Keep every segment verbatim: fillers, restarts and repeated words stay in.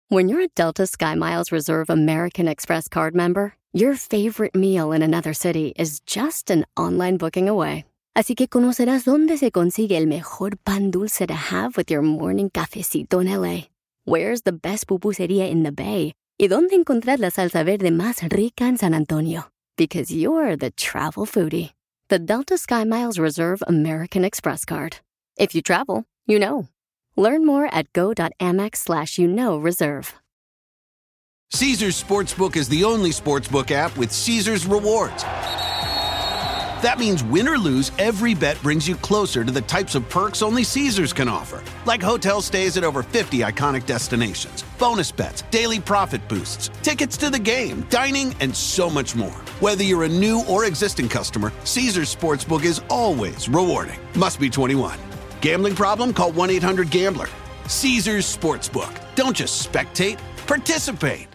When you're a Delta SkyMiles Reserve American Express card member, your favorite meal in another city is just an online booking away. Así que conocerás dónde se consigue el mejor pan dulce to have with your morning cafecito en L A. Where's the best pupusería in the Bay? Y dónde encontrar la salsa verde más rica en San Antonio. Because you're the travel foodie. The Delta SkyMiles Reserve American Express card. If you travel, you know. Learn more at go.amex slash you know reserve. Caesars Sportsbook is the only sportsbook app with Caesars Rewards. That means win or lose, every bet brings you closer to the types of perks only Caesars can offer. Like hotel stays at over fifty iconic destinations, bonus bets, daily profit boosts, tickets to the game, dining, and so much more. Whether you're a new or existing customer, Caesars Sportsbook is always rewarding. Must be twenty-one. Gambling problem? Call one eight hundred gambler. Caesars Sportsbook. Don't just spectate, participate.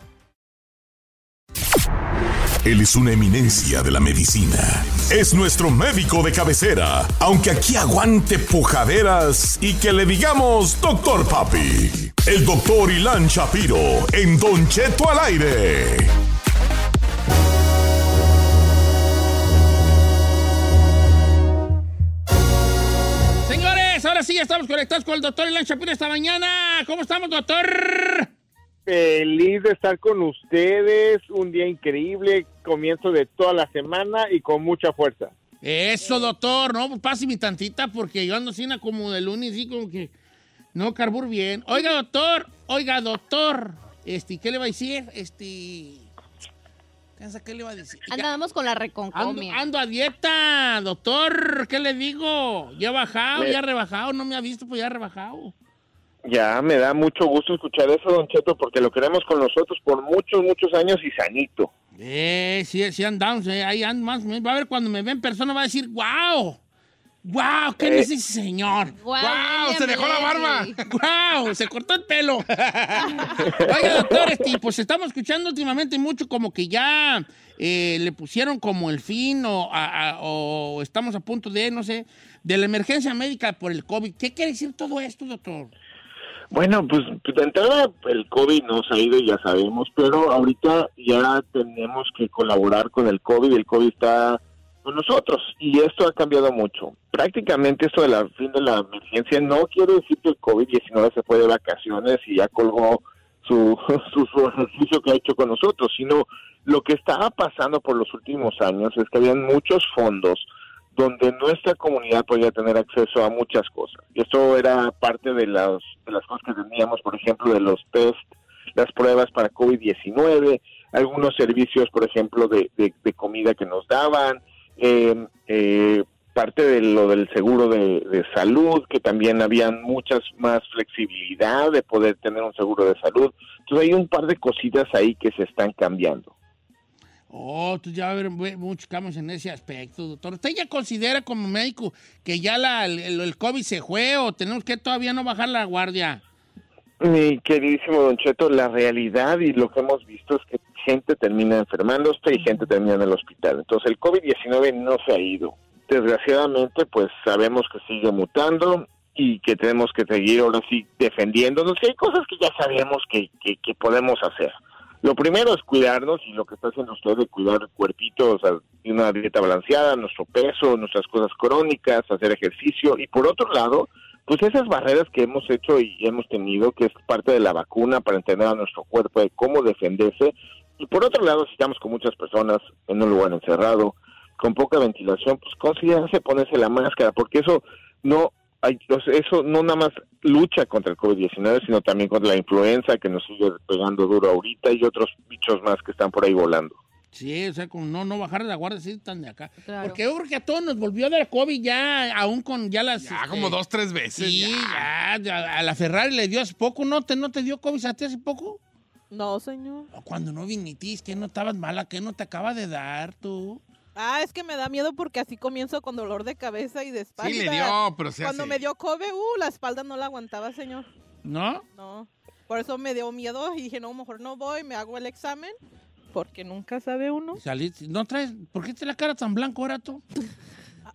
Él es una eminencia de la medicina. Es nuestro médico de cabecera, aunque aquí aguante pujaderas y que le digamos Doctor Papi. El doctor Ilan Shapiro en Don Cheto al aire. Señores, ahora sí ya estamos conectados con el doctor Ilan Shapiro esta mañana. ¿Cómo estamos, doctor? Feliz de estar con ustedes, un día increíble, comienzo de toda la semana y con mucha fuerza. Eso, doctor, no, pues páseme tantita porque yo ando así como de lunes y como que no carburo bien. Oiga, doctor, oiga, doctor, este, ¿qué le va a decir? Este, ¿qué le va a decir? Andábamos con la Ando, reconcomia. ando a dieta, doctor, ¿qué le digo? ¿Ya ha bajado, Me- ya ha rebajado? No me ha visto, pues ya ha rebajado. Ya, me da mucho gusto escuchar eso, Don Cheto, porque lo queremos con nosotros por muchos, muchos años y sanito. Eh, sí, sí andamos, eh, ahí ando más. Va a ver cuando me ve en persona, va a decir, ¡wow! ¡Wow! ¿Qué Eh. es ese señor? Guau, ¡Wow! William ¡Se dejó la barba! Levy. ¡Wow! ¡Se cortó el pelo! Oiga, doctor, este, pues estamos escuchando últimamente mucho como que ya eh, le pusieron como el fin o, a- a- o estamos a punto de, no sé, de la emergencia médica por el COVID. ¿Qué quiere decir todo esto, doctor? Bueno, pues pues, de entrada el COVID nos ha ido, ya sabemos, pero ahorita ya tenemos que colaborar con el COVID, el COVID está con nosotros y esto ha cambiado mucho. Prácticamente esto de la fin de la emergencia no quiere decir que el COVID diecinueve se fue de vacaciones y ya colgó su, su, su ejercicio que ha hecho con nosotros, sino lo que estaba pasando por los últimos años es que habían muchos fondos donde nuestra comunidad podía tener acceso a muchas cosas. Y esto era parte de las, de las cosas que teníamos, por ejemplo, de los test, las pruebas para COVID diecinueve, algunos servicios, por ejemplo, de, de, de comida que nos daban, eh, eh, parte de lo del seguro de, de salud, que también habían muchas más flexibilidad de poder tener un seguro de salud. Entonces hay un par de cositas ahí que se están cambiando. Oh, entonces ya va a haber mu- muchos cambios en ese aspecto, doctor. ¿Usted ya considera como médico que ya la, el, el COVID se fue o tenemos que todavía no bajar la guardia? Mi queridísimo Don Cheto, la realidad y lo que hemos visto es que gente termina enfermándose y gente termina en el hospital. Entonces el COVID diecinueve no se ha ido. Desgraciadamente, pues sabemos que sigue mutando y que tenemos que seguir ahora sí defendiéndonos. Y hay cosas que ya sabemos que, que, que podemos hacer. Lo primero es cuidarnos y lo que está haciendo usted de cuidar el cuerpito, o sea, una dieta balanceada, nuestro peso, nuestras cosas crónicas, hacer ejercicio. Y por otro lado, pues esas barreras que hemos hecho y hemos tenido, que es parte de la vacuna para entender a nuestro cuerpo de cómo defenderse. Y por otro lado, si estamos con muchas personas en un lugar encerrado, con poca ventilación, pues considerarse ponerse la máscara, porque eso no hay, eso no nada más lucha contra el COVID diecinueve, sino también contra la influenza que nos sigue pegando duro ahorita y otros bichos más que están por ahí volando. Sí, o sea, como no, no bajar la guardia, sí, están de acá. Claro. Porque yo creo que a todos nos volvió a dar COVID ya, aún con ya las... Ya, este, como dos, tres veces. Sí, ya. ya, ya, a la Ferrari le dio hace poco, ¿no te, no te dio COVID a ti hace poco? No, señor. O cuando no vinitis, que no estabas mala, que no te acaba de dar tú. Ah, es que me da miedo porque así comienzo con dolor de cabeza y de espalda. Sí le dio, pero se Cuando hace. me dio COVID, uh, la espalda no la aguantaba, señor. ¿No? No. Por eso me dio miedo y dije, no, mejor no voy, me hago el examen. Porque nunca sabe uno. Saliste, ¿no traes? ¿Por qué te la cara tan blanco ahora tú?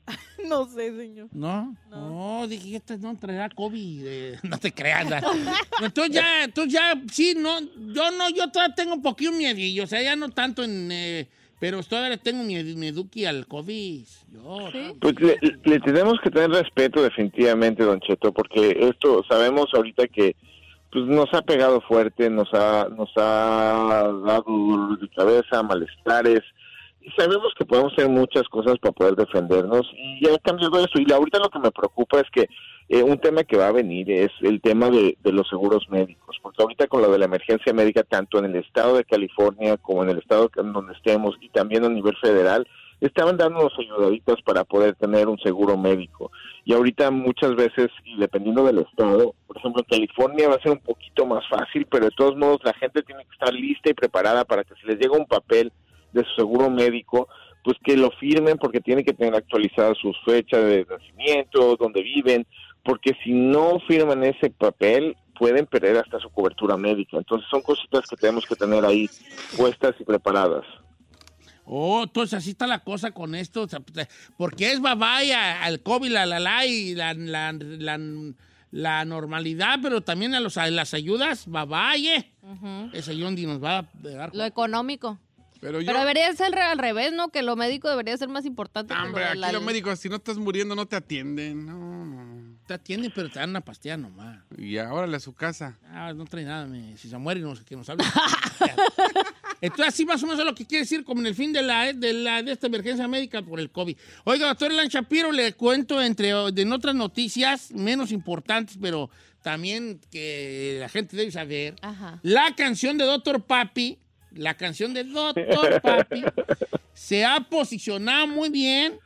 No sé, señor. ¿No? No, oh, dije, este no traerá COVID. Eh, no te creas. ¿no? Entonces ya, entonces ya, sí, no, yo no, yo todavía tengo un poquito miedillo, o sea, ya no tanto en, eh, pero todavía le tengo mi, mi duqui al COVID. Yo, ¿Sí? Pues le, le tenemos que tener respeto definitivamente, Don Cheto, porque esto sabemos ahorita que pues nos ha pegado fuerte, nos ha, nos ha dado dolor de cabeza, malestares, y sabemos que podemos hacer muchas cosas para poder defendernos, y ya ha cambiado eso, y ahorita lo que me preocupa es que eh, un tema que va a venir es el tema de, de los seguros médicos, porque ahorita con lo de la emergencia médica, tanto en el estado de California como en el estado en donde estemos, y también a nivel federal, estaban dándonos ayudaditas para poder tener un seguro médico. Y ahorita muchas veces, y dependiendo del estado, por ejemplo en California va a ser un poquito más fácil, pero de todos modos la gente tiene que estar lista y preparada para que si les llega un papel de su seguro médico, pues que lo firmen porque tienen que tener actualizadas sus fechas de nacimiento, dónde viven, porque si no firman ese papel pueden perder hasta su cobertura médica. Entonces son cositas que tenemos que tener ahí puestas y preparadas. Oh, entonces así está la cosa con esto, o sea, porque es babaya al COVID, la la la y la, la, la, la normalidad, pero también a, los, a las ayudas, babaya. Uh-huh. Ese Yondi nos va a dar. Lo económico. Pero, yo... pero debería ser al revés, ¿no? Que lo médico debería ser más importante. No, que hombre, lo aquí la... los médicos, si no estás muriendo, no te atienden. No, no. Te atienden, pero te dan una pastilla nomás. Y ahora a su casa. Ah, no trae nada. Me... Si se muere, no sé qué nos hable. Entonces, así más o menos es lo que quiere decir, como en el fin de la de, la, de esta emergencia médica por el COVID. Oiga, doctor Elan Shapiro, le cuento entre de en otras noticias menos importantes, pero también que la gente debe saber. Ajá. La canción de doctor Papi, la canción de doctor Papi, se ha posicionado muy bien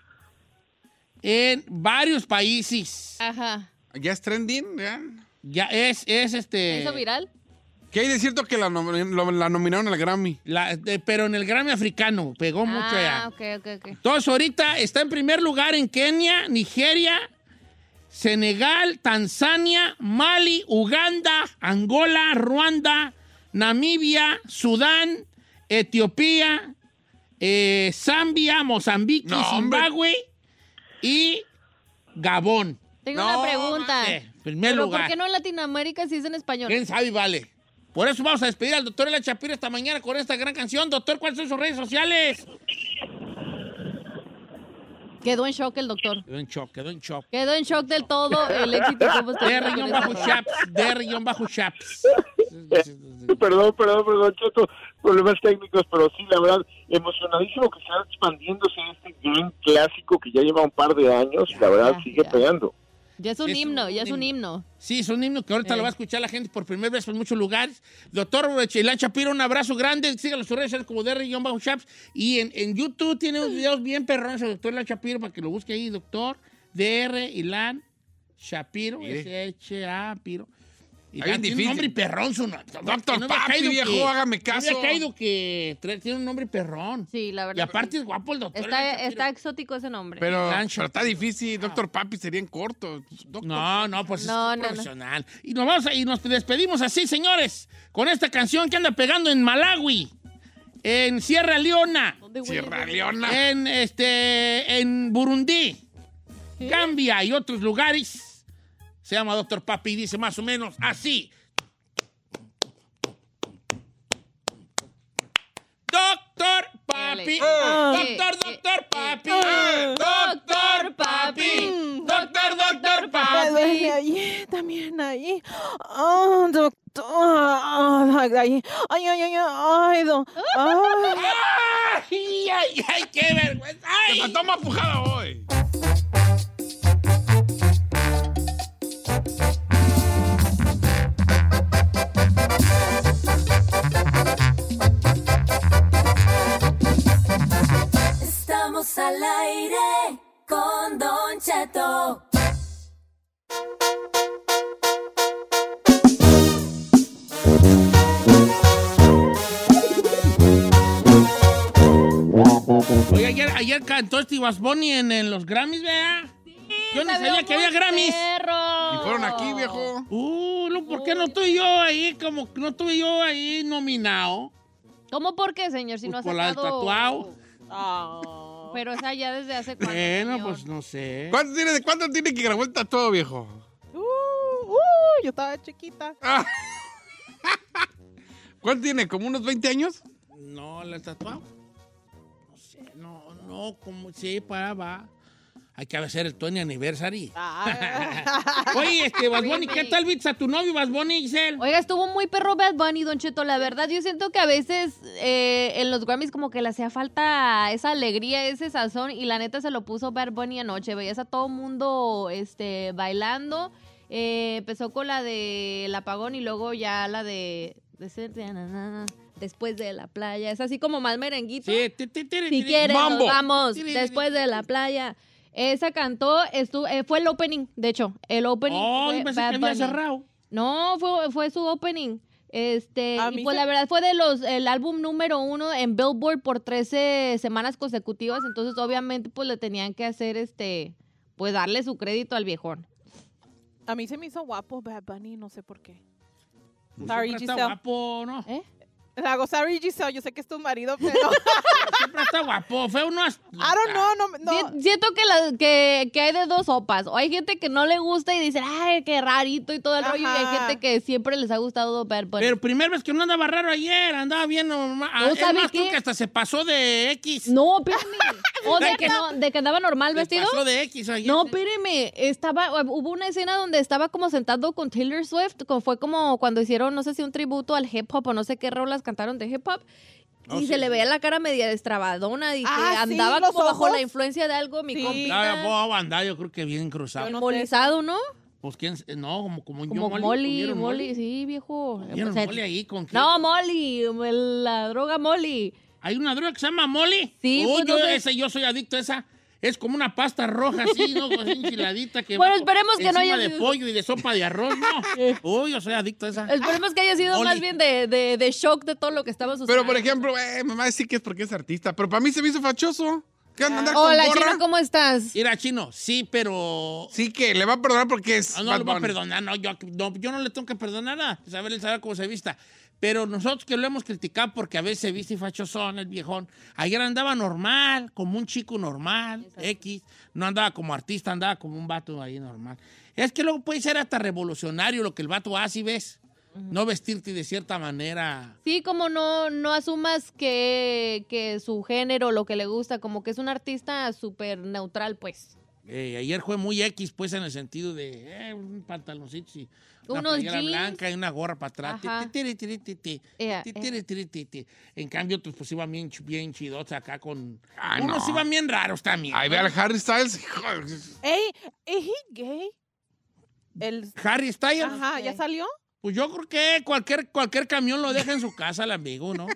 en varios países. Ajá. ¿Ya es trending? ¿Ya? Ya es, es este... ¿Hizo viral? ¿Qué hay de cierto que la, nom la nominaron al Grammy? La, de, pero en el Grammy africano, pegó ah, mucho allá. Ah, ok, ok, ok. Entonces ahorita está en primer lugar en Kenia, Nigeria, Senegal, Tanzania, Mali, Uganda, Angola, Ruanda, Namibia, Sudán, Etiopía, eh, Zambia, Mozambique, no, Zimbabue y Gabón. Tengo no, una pregunta. Eh, primer ¿Pero lugar. por qué no en Latinoamérica si es en español? ¿Quién sabe, vale? Por eso vamos a despedir al doctor Elan Shapiro esta mañana con esta gran canción. Doctor, ¿cuáles son sus redes sociales? Quedó en shock el doctor. Quedó en shock, quedó en shock. Quedó en shock del todo el éxito. D-Chaps, D-Chaps. Perdón, perdón, perdón, Cheto, problemas técnicos, pero sí, la verdad, emocionadísimo que está expandiéndose este gran clásico que ya lleva un par de años y la verdad ya, sigue ya. pegando. Ya es un es himno, un, ya un es un himno. himno. Sí, es un himno que ahorita eh. lo va a escuchar la gente por primera vez en muchos lugares. Doctor Elan Shapiro, un abrazo grande. Síganlo en sus redes sociales como D R-Chaps. Y en, en YouTube tiene unos videos bien perrones el doctor Elan Shapiro para que lo busque ahí, doctor D R Elan Shapiro. S H A Piro. Y tiene difícil. Un nombre perrón su nombre. Doctor no Papi, viejo, que, hágame caso. No había caído que tiene un nombre perrón. Sí, la verdad. Y aparte es guapo el doctor. Está, está exótico ese nombre. Pero, pero está difícil. Doctor Papi sería en corto. Doctor no, no, pues no, es no, profesional. No. Y, nos vamos a, y nos despedimos así, señores, con esta canción que anda pegando en Malawi, en Sierra Leona, Sierra Leona, en, este, en Burundi, ¿sí? Gambia y otros lugares. Se llama doctor Papi y dice más o menos así. Doctor Papi, oh. doctor, doctor Papi, oh. doctor Papi, doctor, doctor Papi. Me duele ahí, también ahí. Oh, doctor. Ay, ay, ay, ay, ay, do, ay. Ay, ay, ay, qué vergüenza. Ay. Te faltó más pujada hoy. Estamos al aire con Don Cheto. Oye, ayer, ayer cantó Steve Bunny en, en los Grammys, ¿verdad? Sí, yo no sabía que había Grammys. Perro. Y fueron aquí, viejo. Uh, no, ¿por qué no estoy yo ahí? Como no estuve yo ahí nominado. ¿Cómo por qué, señor? Si pues no ha por la del sacado... tatuado. Oh. Pero, o sea, ya desde hace cuánto. Bueno, señor? pues no sé. ¿Cuánto tiene, de cuánto tiene que grabó el tatuado, viejo? Uh, uh, yo estaba chiquita. Ah. ¿Cuánto tiene? ¿Como unos veinte años? No, la tatuado. No sé, no, no, como sí, para, va. Hay que hacer el veinte anniversary. Ah. Oye, este, Bad Bunny, ¿qué tal viste a tu novio, Bad Bunny, Giselle? Oiga, estuvo muy perro Bad Bunny, Don Cheto. La verdad, yo siento que a veces eh, en los Grammys como que le hacía falta esa alegría, ese sazón. Y la neta se lo puso Bad Bunny anoche. Veías a todo mundo este, bailando. Eh, empezó con la de El Apagón y luego ya la de... de Después de la playa. Es así como más merenguito. Sí, ti, ti, ti, Si ti, quieres, Mambo. nos vamos. Tiri, Después tiri, de la playa. Esa cantó, estu- eh, fue el opening, de hecho. El opening Oh, fue yo pensé Bad que había Bunny. cerrado. No, fue, fue su opening. Este, A y mí pues se- la verdad fue de los el álbum número uno en Billboard por trece semanas consecutivas, entonces obviamente pues le tenían que hacer este, pues darle su crédito al viejón. A mí se me hizo guapo Bad Bunny, no sé por qué. Pues Sorry, siempre está Giselle. guapo, ¿no? ¿Eh? Le hago, sorry, Giselle, yo sé que es tu marido, pero... Siempre está guapo. Feo no. has- I don't know, no, no. Si- Siento que, la- que, que hay de dos sopas. O hay gente que no le gusta y dice, ay, qué rarito y todo el rollo. Y hay Ajá. gente que siempre les ha gustado Bad Bunny. Pero primera vez que no andaba raro ayer, andaba bien normal. Ah, ¿No es sabe más, creo qué? que hasta se pasó de X. No, espérame. O de que, no, de que andaba normal Se vestido. pasó de X ayer. No, espéreme, estaba, hubo una escena donde estaba como sentado con Taylor Swift, como- fue como cuando hicieron, no sé si un tributo al hip hop o no sé qué rolas cantaron de hip hop, Oh, y sí, se le sí. veía la cara media destrabadona y que Ah, sí, andaba los como bajo ojos. la influencia de algo, mi Sí. compita, Ah, voy a andar, yo creo que bien cruzado. Yo no embolizado, ¿no? Pues quién, s- no, como, como, yo, Como Molly. Molly, ¿Comieron Molly, sí, viejo. ¿Comieron O sea, Molly ahí con qué? no, Molly, la droga Molly. ¿Hay una droga que se llama Molly? Sí, Uy, pues, yo, no sé. esa, yo soy adicto a esa. Es como una pasta roja así, ¿no? Así enchiladita que Bueno, va esperemos que no encima haya de sido- pollo y de sopa de arroz, ¿no? Uy, yo soy adicto a esa. Esperemos que haya sido Molly. más bien de, de, de shock de todo lo que estaba sucediendo. Pero, por ejemplo, eh, me va a decir que es porque es artista. Pero para mí se me hizo fachoso. ¿Qué anda andar con Hola, gorra? Chino, ¿cómo estás? Mira, Chino, sí, pero... Sí que le va a perdonar porque es No, no Bad le voy a Bunny. perdonar, no yo, no, yo no le tengo que perdonar nada. Saber, él saber cómo se vista. Pero nosotros que lo hemos criticado porque a veces se viste fachosón el viejón. Ayer andaba normal, como un chico normal, X. No andaba como artista, andaba como un vato ahí normal. Es que luego puede ser hasta revolucionario lo que el vato hace, ¿ves? No vestirte de cierta manera. Sí, como no, no asumas que, que su género, lo que le gusta, como que es un artista súper neutral, pues. Eh, ayer fue muy X, pues, en el sentido de eh, un pantaloncito y una Unos playera jeans. blanca y una gorra para atrás. Ajá. Ti, ti, ti, ti, ti, Ea, ti, ea. ti, ti, ti, ti. En cambio, otros pues iban bien, ch- bien chidotes acá con... Ay, Unos no. iban bien raros también. Ahí ¿no? ve al Harry Styles. hijo, Ey, ¿es he gay? El... Harry Styles. Ajá, ¿ya salió? Pues yo creo que cualquier, cualquier camión lo deja en su casa el amigo, ¿no?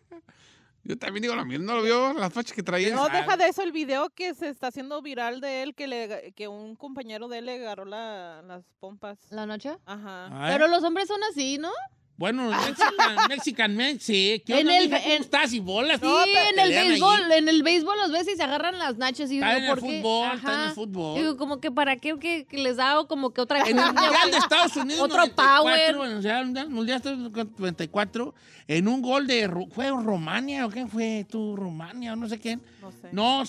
Yo también digo lo mismo. ¿No lo vio? Las fachas que traía. No, sabe? deja de eso el video que se está haciendo viral de él, que le que un compañero de él le agarró la- las pompas. ¿La noche? Ajá. Ay, Pero los hombres son así, ¿no? Bueno, Mexican, Mexican Men, sí. ¿Qué En onda, el- mija? ¿Cómo en- estás? ¿Y bolas? Sí, en el Pelean ahí. béisbol, en el béisbol los ves y se agarran las nachas y Está digo, en el ¿por qué? fútbol, está en el Ajá. fútbol. Digo, como que para qué que, que les da como que otra En el Mundial de Estados Unidos Otro noventa y cuatro, power. en el Mundial Mundial de Estados Unidos noventa y cuatro, en un gol de... Ru- ¿Fue Rumania o quién fue tú? ¿Rumania o no sé quién? No sé. No,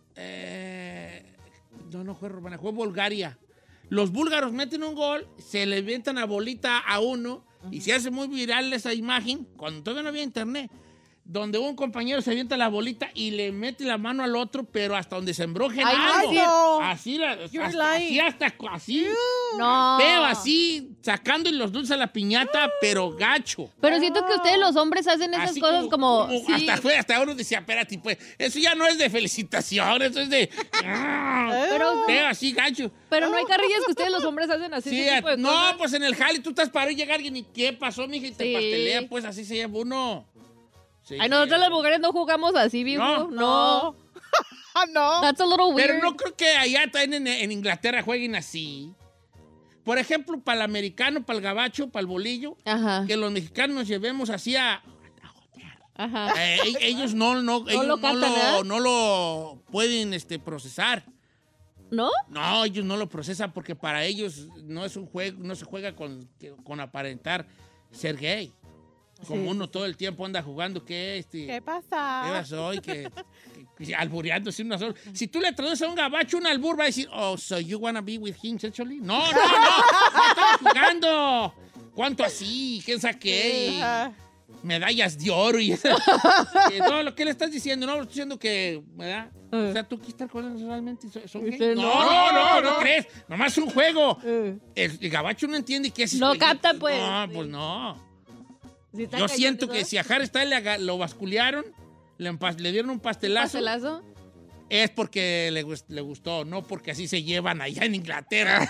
eh, no, no fue Rumania, fue Bulgaria. Los búlgaros meten un gol, se le inventan a bolita a uno y se hace muy viral esa imagen, cuando todavía no había internet, donde un compañero se avienta la bolita y le mete la mano al otro, pero hasta donde se embroje Ay, no, algo. no. Así, la- You're hasta, lying. así, hasta así. No. Feo, así, sacando los dulces a la piñata, pero gacho. Pero siento que ustedes los hombres hacen esas Así cosas como... sí. Hasta, fue, hasta uno decía, espérate, pues, eso ya no es de felicitación, eso es de... Pero, Feo, así, gacho. pero no hay carrillas que ustedes los hombres hacen así. Sí, ese tipo de no, cosas. pues en el jale tú estás para y llega alguien y ¿qué pasó, mija? Y te Sí. pastelea, pues así se lleva uno. Sí, Ay, nosotros sí. las mujeres no jugamos así, viejo. No. No. Ah, no. That's a little weird. Pero no creo que allá también en, en Inglaterra jueguen así. Por ejemplo, para el americano, para el gabacho, para el bolillo, Ajá, que los mexicanos nos llevemos así a... ajá. Eh, e- ellos no, no, ellos lo no, cantan, lo, ¿eh? no lo pueden este, procesar. ¿No? No, ellos no lo procesan porque para ellos no es un juego, no se juega con, con aparentar ser gay. Como Sí, uno sí, todo el tiempo anda jugando, ¿qué? Este, ¿Qué pasa? ¿Qué pasó? Y que, que- que albureándose una sola. Si tú le traduces a un gabacho un albur, va a decir, oh, so you wanna be with him sexually? No, no, no, no estamos jugando. ¿Cuánto así? ¿Quién saqué? Ajá. Medallas de oro y eso. Eh, no, lo que le estás diciendo, no, le estoy diciendo que, ¿verdad? O sea, ¿tú quieres estar con ellos realmente? ¿Son- son gay? Usted No, no. no, no, no, no. crees. Nomás es un juego. Eh. El, el gabacho no entiende qué es No jueguito. capta, pues. No, Sí. pues no. Sí, está Yo cañón siento eso. que si a Harry Styles le, aga- lo basculearon, le, empas- le dieron un pastelazo, ¿Pastelazo? es porque le, gust- le gustó, no porque así se llevan allá en Inglaterra.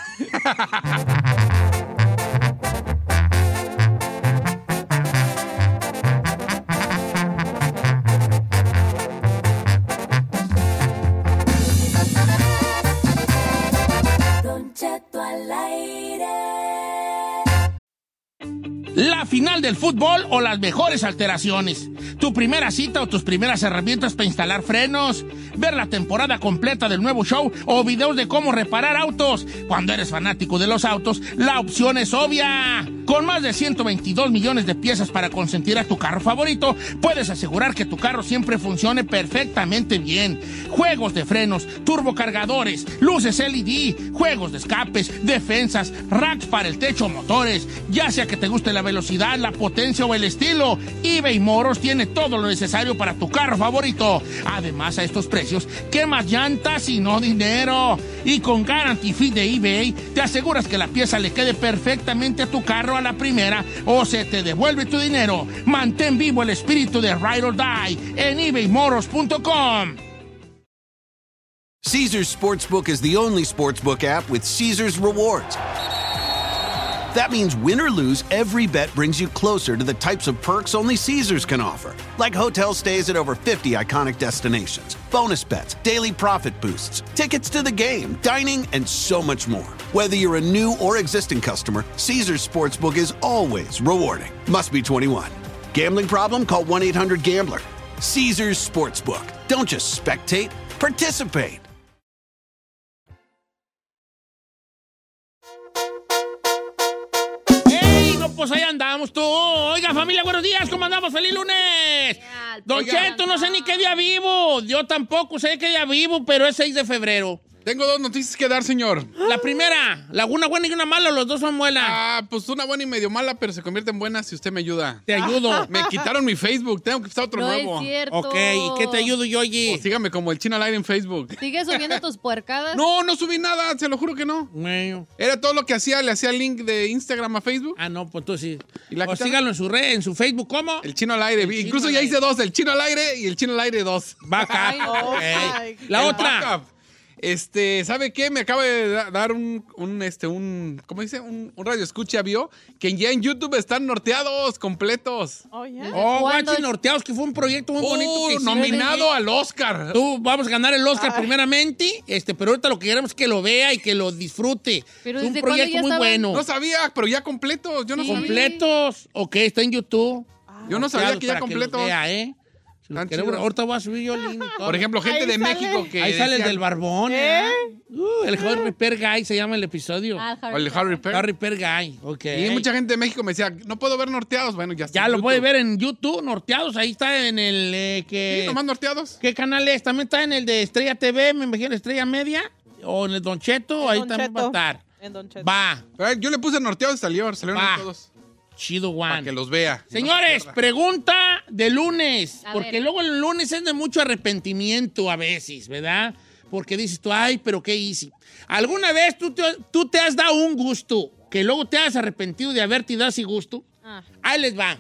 Don Cheto al aire. La final del fútbol o las mejores alteraciones. Tu primera cita o tus primeras herramientas para instalar frenos. Ver la temporada completa del nuevo show o videos de cómo reparar autos. Cuando eres fanático de los autos, la opción es obvia. Con más de ciento veintidós millones de piezas para consentir a tu carro favorito, puedes asegurar que tu carro siempre funcione perfectamente bien. Juegos de frenos, turbocargadores, luces L E D, juegos de escapes, defensas, racks para el techo o motores. Ya sea que te guste la velocidad, la potencia o el estilo, eBay Moros tiene todo lo necesario para tu carro favorito. Además, a estos precios, ¿qué más llantas y no dinero? Y con Guarantee Fee de eBay, te aseguras que la pieza le quede perfectamente a tu carro a la primera o se te devuelve tu dinero. Mantén vivo el espíritu de Ride or Die en ebay moros punto com. Caesar's Sportsbook is the only sportsbook app with Caesar's rewards. That means win or lose, every bet brings you closer to the types of perks only Caesar's can offer. Like hotel stays at over fifty iconic destinations, bonus bets, daily profit boosts, tickets to the game, dining, and so much more. Whether you're a new or existing customer, Caesar's Sportsbook is always rewarding. Must be twenty-one. Gambling problem? Call one eight hundred gambler. Caesar's Sportsbook. Don't just spectate, participate. ¡Ey! No, pues ahí andamos tú. Oiga, familia, buenos días. ¿Cómo andamos? ¡Feliz lunes! Don Oiga. Cheto, no sé ni qué día vivo. Yo tampoco sé qué día vivo, pero es seis de febrero. Tengo dos noticias que dar, señor. La primera, la una buena y una mala, los dos son buenas. Ah, pues una buena y medio mala, pero se convierte en buena si usted me ayuda. Te ayudo. Me quitaron mi Facebook, tengo que empezar otro No nuevo. es cierto. Ok, ¿y qué te ayudo yo, oye? O sígame como el Chino al aire en Facebook. ¿Sigues subiendo tus puercadas? No, no subí nada, se lo juro que no. Bueno. Era todo lo que hacía, le hacía el link de Instagram a Facebook. Ah, no, pues tú sí. ¿Y la O quitaron? síganlo en su red, en su Facebook, ¿cómo? El Chino al aire. El Incluso Chino ya al hice aire. dos, el Chino al aire y el Chino al aire dos. Backup. Ay, no. Ok. Ay, La El otra. backup. Este, ¿sabe qué? Me acaba de da- dar un, un, este, un, ¿cómo dice? Un, un radio escucha, vio que ya en YouTube están norteados, completos. Oh, yeah. Oh, ¿Cuándo? Guachi Norteados, que fue un proyecto muy bonito Oh, que hicimos. nominado al Oscar. Tú vamos a ganar el Oscar primeramente, este, pero ahorita lo que queremos es que lo vea y que lo disfrute. Pero es un ¿desde cuándo proyecto ya muy estaban? bueno. No sabía, pero ya completos. Yo no Sí. sabía. Completos, ok, está en YouTube. Yo no sabía Norteados que ya para completos. los vea, ¿eh? Si los Tan queremos- chidos. ahorita voy a subir yo el link y todo. Por ejemplo, gente Ahí de sale. México que Ahí sale el decían- del barbón. ¿Eh? Uh, el Harry Per Guy se llama el episodio. Ah, O el Harry Perry. Harry Per Guy, ok. Y mucha gente de México me decía, no puedo ver norteados. Bueno, ya está. Ya en lo YouTube. puede ver en YouTube, Norteados, ahí está en el eh, que... Sí, nomás norteados. ¿Qué canal es? También está en el de Estrella T V, me imagino, Estrella Media, o en el Don Cheto, En ahí Don también Cheto. va a estar. En Don Cheto. Va, A ver, yo le puse norteados y salió, salieron Va. todos. chido, Para Juan. que los vea. Señores, pregunta de lunes, A porque ver. luego el lunes es de mucho arrepentimiento a veces, ¿verdad? Porque dices tú, ay, pero qué hice. ¿Alguna vez tú te, tú te has dado un gusto que luego te has arrepentido de haberte dado ese gusto? Ah. Ahí les va.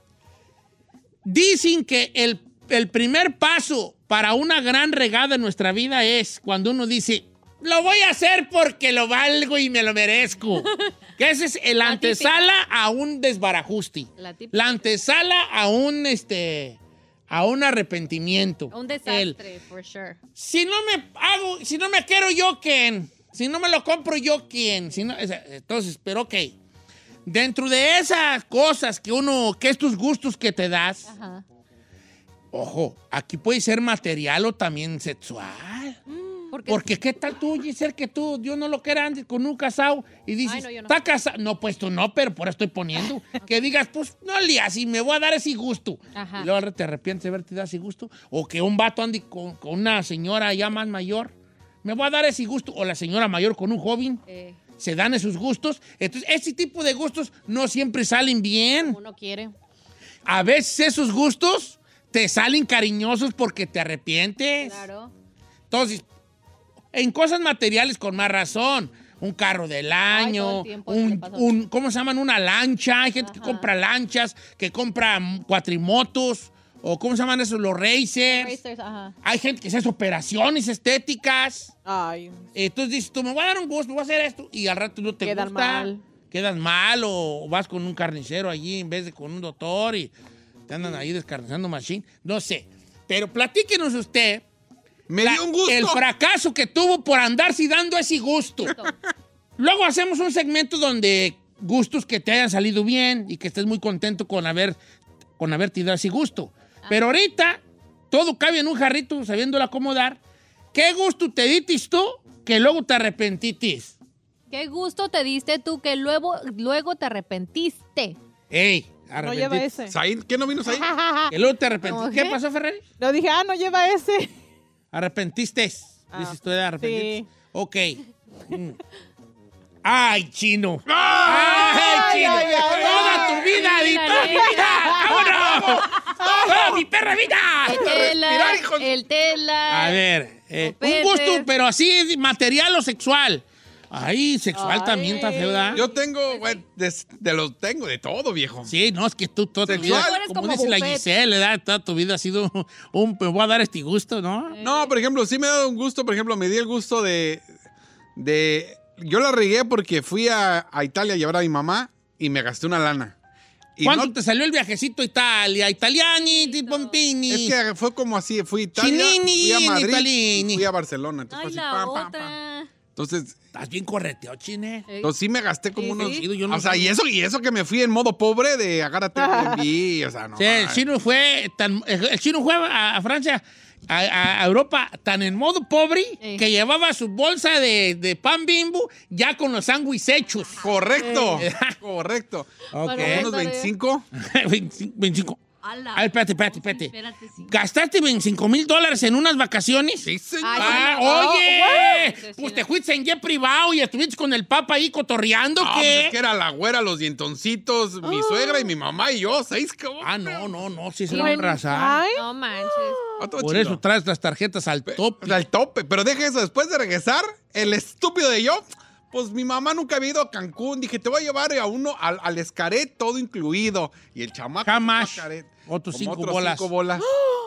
Dicen que el, el primer paso para una gran regada en nuestra vida es cuando uno dice, lo voy a hacer porque lo valgo y me lo merezco. Que ese es el La antesala a un desbarajuste. La típica. La antesala a un, este, a un arrepentimiento. Un El, desastre, for sure. si no me hago, si no me quiero yo, ¿quién? Si no me lo compro yo, ¿quién? Si no, o sea, entonces, pero ok. Dentro de esas cosas que uno, que estos gustos que te das, Ajá. ojo, aquí puede ser material o también sexual. ¿Por qué? Porque qué tal tú, Giselle, que tú, Dios no lo quiera, andes con un casado y dices, Ay, no, yo no. ¿está casado? No, pues tú no, pero por eso estoy poniendo. Que digas, pues no le así, me voy a dar ese gusto. Ajá. Y luego te arrepientes de verte dar ese gusto. O que un vato ande con, con una señora ya más mayor, me voy a dar ese gusto. O la señora mayor con un joven. Eh, Se dan esos gustos. Entonces, ese tipo de gustos no siempre salen bien. uno quiere. A veces esos gustos te salen cariñosos porque te arrepientes. Claro. Entonces, en cosas materiales con más razón. Un carro del Ay, todo año, el tiempo me un, pasa. un- ¿cómo se llaman? Una lancha. Hay gente que Ajá. compra lanchas, que compra mm, cuatrimotos, o ¿cómo se llaman esos? Los racers. Racers, ajá. Hay gente que se hace operaciones estéticas. Ay, Entonces dices, tú me voy a dar un gusto, voy a hacer esto, y al rato no te Quedan gusta. mal. Quedas mal, o vas con un carnicero allí en vez de con un doctor y te andan ahí descarnizando machine. No sé. Pero platíquenos usted Me la- dio un gusto. el fracaso que tuvo por andarse dando ese gusto. Luego hacemos un segmento donde gustos que te hayan salido bien y que estés muy contento con haber con haberte dado ese gusto. Pero ahorita todo cabe en un jarrito sabiéndolo acomodar. ¿Qué gusto te ditis tú que luego te arrepentitis? ¿Qué gusto te diste tú que luego, luego te arrepentiste? Ey, no lleva arrepentiti- ese. Said, ¿qué no vino Said? Que luego te arrepentiste. ¿Cómo ¿Qué qué? pasó, Ferrari? Lo dije, ah, no lleva ese. Arrepentiste. Ah, Dices tú de arrepentiste. sí. Ok. Mm. Ay, chino. Ay, chino. ay, ay, Toda ay. tu vida, Sí, y la toda mi neta. vida. ¡Vámonos! ¡Toda mi perra vida! El tela, el tela. A ver, eh, un Copetes. gusto, pero así material o sexual. Ay, sexual Ay. también está feo, ¿verdad? Yo tengo, güey, de, de los tengo de todo, viejo. Sí, no, es que tú toda tu Sexual. vida, Tú eres como como dice la buffet. Giselle, ¿verdad? Toda tu vida ha sido un, me voy a dar este gusto, ¿no? No, por ejemplo, sí me ha dado un gusto. Por ejemplo, me di el gusto de. de yo la regué porque fui a, a Italia a llevar a mi mamá y me gasté una lana. Y ¿Cuánto no- te salió el viajecito a Italia? Italiani, di Pompini. Es que fue como así, fui a Italia, Chinini, fui a Madrid, Italini. fui a Barcelona. Entonces, Ay, fue la así, pam, pam, otra. pam. Entonces, Estás bien correteado, chine. Ey. entonces sí me gasté como Sí, unos... sí. Yo no o sea, sé. y eso, y eso que me fui en modo pobre de agárrate Airbnb, o sea, no. Sí, el chino fue tan, el chino fue a, a Francia, a, a Europa, tan en modo pobre Sí. que llevaba su bolsa de, de pan Bimbo ya con los sándwiches hechos. Correcto, correcto. Ok. Bueno, Unos veinticinco. veinticinco. veinticinco. Ala. A ver, espérate, espérate, espérate. Espérate, sí. ¿Gastaste veinticinco mil dólares en unas vacaciones? Sí, señor. Ay, Ah, no. oye, Wow. pues te fuiste en jet privado y estuviste con el papa ahí cotorreando, No, pues ¿qué? es que era la güera, los dientoncitos, mi suegra y mi mamá y yo, seis cabrones. Ah, no, no, no, sí se Bueno, van a arrasar. ay, No manches. Ah, todo Por chido. eso traes las tarjetas al top. O sea, al tope. Pero deja eso, después de regresar, el estúpido de yo, pues mi mamá nunca había ido a Cancún. Dije, te voy a llevar a uno al, al Escaret, todo incluido. Y el chamaco. Jamás. Escaret, Otros como cinco otros bolas. cinco bolas.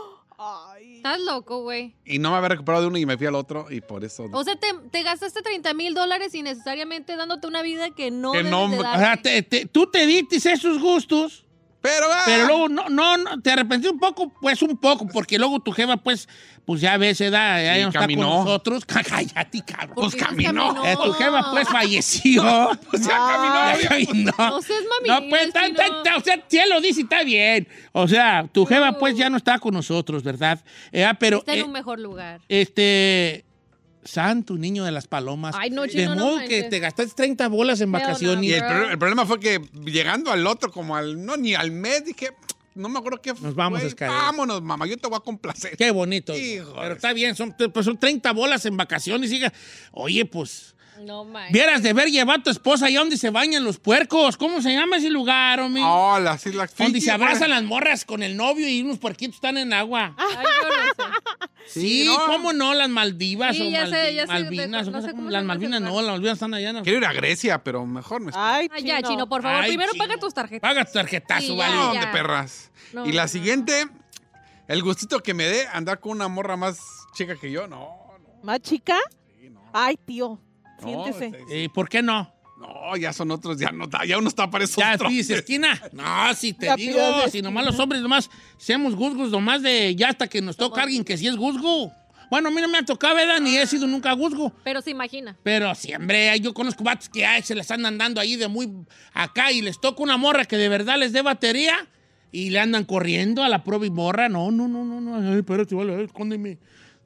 ay. Estás loco, güey. Y no me había recuperado de uno y me fui al otro. Y por eso. O sea, te, te gastaste treinta mil dólares innecesariamente dándote una vida que no Que debes no, de o O darte. sea, te- te- tú te dices esos gustos, pero, ah, pero luego no, no, no, te arrepentiste un poco, pues un poco, porque luego tu jefa, pues, pues ya ves, edad, ya Sí, no está caminó. con nosotros. Cállate, cabrón. Pues ¿Por qué caminó. caminó? Eh, tu jefa, pues, falleció. pues ya caminó. Ya caminó. No seas mami. No, pues, ta- ta- ta- o sea, si él lo dice, está bien. O sea, tu jefa, pues, ya no está con nosotros, ¿verdad? Eh, ah, pero, Está en eh, un mejor lugar. este, santo niño de las palomas. Ay, no, de chino, no modo que manches. te gastaste treinta bolas en Hell no, vacaciones. Y el, Bro. pro- el problema fue que llegando al otro, como al. No, ni al mes, dije. No me acuerdo qué Nos vamos fue. a escaer. Vámonos, mamá, yo te voy a complacer. Qué bonito. Hijo Pero de- está bien, son, pues son treinta bolas en vacaciones. Hija. Oye, pues, No manches. vieras de ver llevar a tu esposa allá donde se bañan los puercos. ¿Cómo se llama ese lugar, hombre? Oh, las Islas donde Fiji, se abrazan pues. las morras con el novio y unos puerquitos están en agua. Ay, yo no sé. Sí, no. ¿cómo no? Las Maldivas Sí, o ya sé, Maldi- ya sé, Malvinas. de- o no no sé sé cómo cómo- se las llama Malvinas ese no, lugar. las Malvinas están allá. ¿no? Quiero ir a Grecia, pero mejor me espero. Ay, Ay, ya, chino. chino, por favor. Ay, Primero chino. paga tus tarjetas. Paga tu tarjetazo, Sí, vale. ya, No, ya. de perras. No, y la no. siguiente, el gustito que me dé andar con una morra más chica que yo, no, no. ¿Más chica? Sí, no. Ay, tío. No, Siéntese. sí, sí. ¿Y por qué no? No, ya son otros, ya no da, ya uno está para esos Ya trotes. pides esquina. No, si te Ya digo, pides si esquina. nomás los hombres nomás seamos guzgos, nomás de ya hasta que nos toca alguien que sí es guzgo. Bueno, a mí no me ha tocado, ¿verdad? Ni he sido nunca guzgo. Pero se imagina. Pero siempre, yo conozco vatos que ay, se les andan dando ahí de muy acá y les toca una morra que de verdad les dé batería y le andan corriendo a la prueba y morra. No, no, no, no, no. Ay, espérate, vale, ay, escóndeme.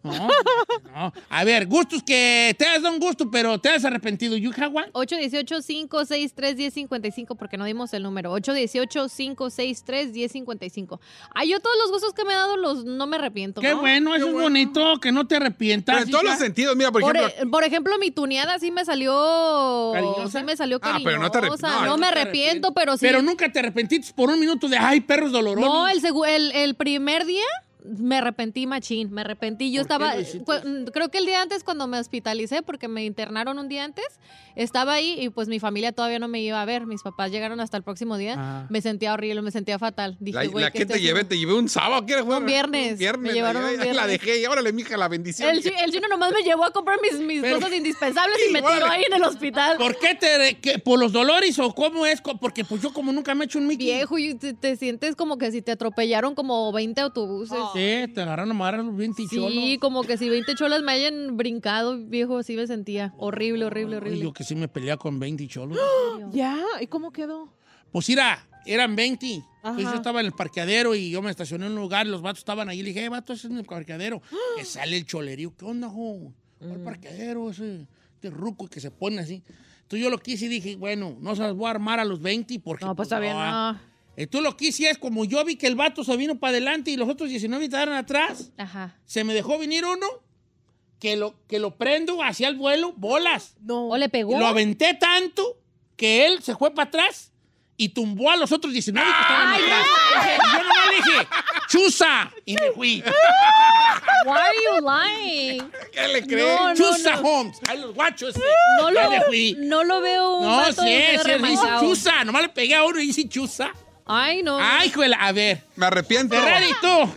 No, no. A ver, gustos que te has dado un gusto, pero te has arrepentido. ¿You have one? ocho uno ocho, cinco seis tres, uno cero cinco cinco, porque no dimos el número. ocho uno ocho, cinco seis tres, uno cero cinco cinco. Ay, yo todos los gustos que me he dado los no me arrepiento, Qué ¿no? bueno, eso Qué es bueno. bonito, que no te arrepientas. Pero en todos hija. los sentidos, mira, por, Por, ejemplo... e- por ejemplo, mi tuneada sí me salió... ¿Cariñosa? Sí me salió Ah, cariñosa. pero no te arrep- no, no, no me te arrepiento, pero sí. Pero nunca te arrepentiste por un minuto de, ay, perros dolorosos. No, el, segu- el, el primer día me arrepentí machín, me arrepentí. Yo ¿Por qué estaba, lo hiciste? cu- creo que el día antes cuando me hospitalicé, porque me internaron un día antes, estaba ahí y pues mi familia todavía no me iba a ver. Mis papás llegaron hasta el próximo día. Ah. Me sentía horrible, me sentía fatal. Dije, La, güey, la ¿qué que estoy te llevé, haciendo? te llevé un sábado, ¿quieres jugar? Un viernes, Un viernes. me llevaron ahí- un ahí La viernes. dejé y órale, mija, la bendición. El, chi- el chino nomás me llevó a comprar mis, mis Pero- cosas indispensables y me órale. tiró ahí en el hospital. ¿Por qué te, que- por los dolores o cómo es? Co- Porque pues yo como nunca me he hecho un Mickey. Viejo, y te, te sientes como que si te atropellaron como veinte autobuses. Sí, te agarraron a madre los veinte cholos. Sí, como que si veinte cholas me hayan brincado, viejo, así me sentía. Horrible, horrible, Ay, horrible. yo que sí me peleaba con veinte cholos. Ya, ¿y cómo quedó? Pues mira, eran veinte. Entonces Ajá. yo estaba en el parqueadero y yo me estacioné en un lugar y los vatos estaban ahí. Le dije, eh, vato, ese es mi parqueadero. Que sale el cholerío. ¿Qué onda, jo? ¿Cuál parqueadero ese? Este ruco que se pone así. Entonces yo lo quise y dije, bueno, no se las voy a armar a los veinte porque... No, pues está bien, ah. no. Entonces lo que hice es, como yo vi que el vato se vino para adelante y los otros diecinueve estaban atrás, Ajá. se me dejó venir uno que lo, que lo prendo hacia el vuelo, bolas. No. ¿O le pegó? Lo aventé tanto que él se fue para atrás y tumbó a los otros diecinueve que estaban ¡Ay, atrás. Y yo nomás le dije, ¡chusa! Y me fui. Why are you lying? ¿Qué le crees? No, no, ¡Chusa, no. Holmes! ¡Ay, los guachos! ese. No Ya lo, me fui. no lo veo un No, vato sí, de sí, dice remangado. chusa. Nomás le pegué a uno y dice chusa. Ay, no. ¡Ay, juela! A ver. Me arrepiento. Ferrari, tú.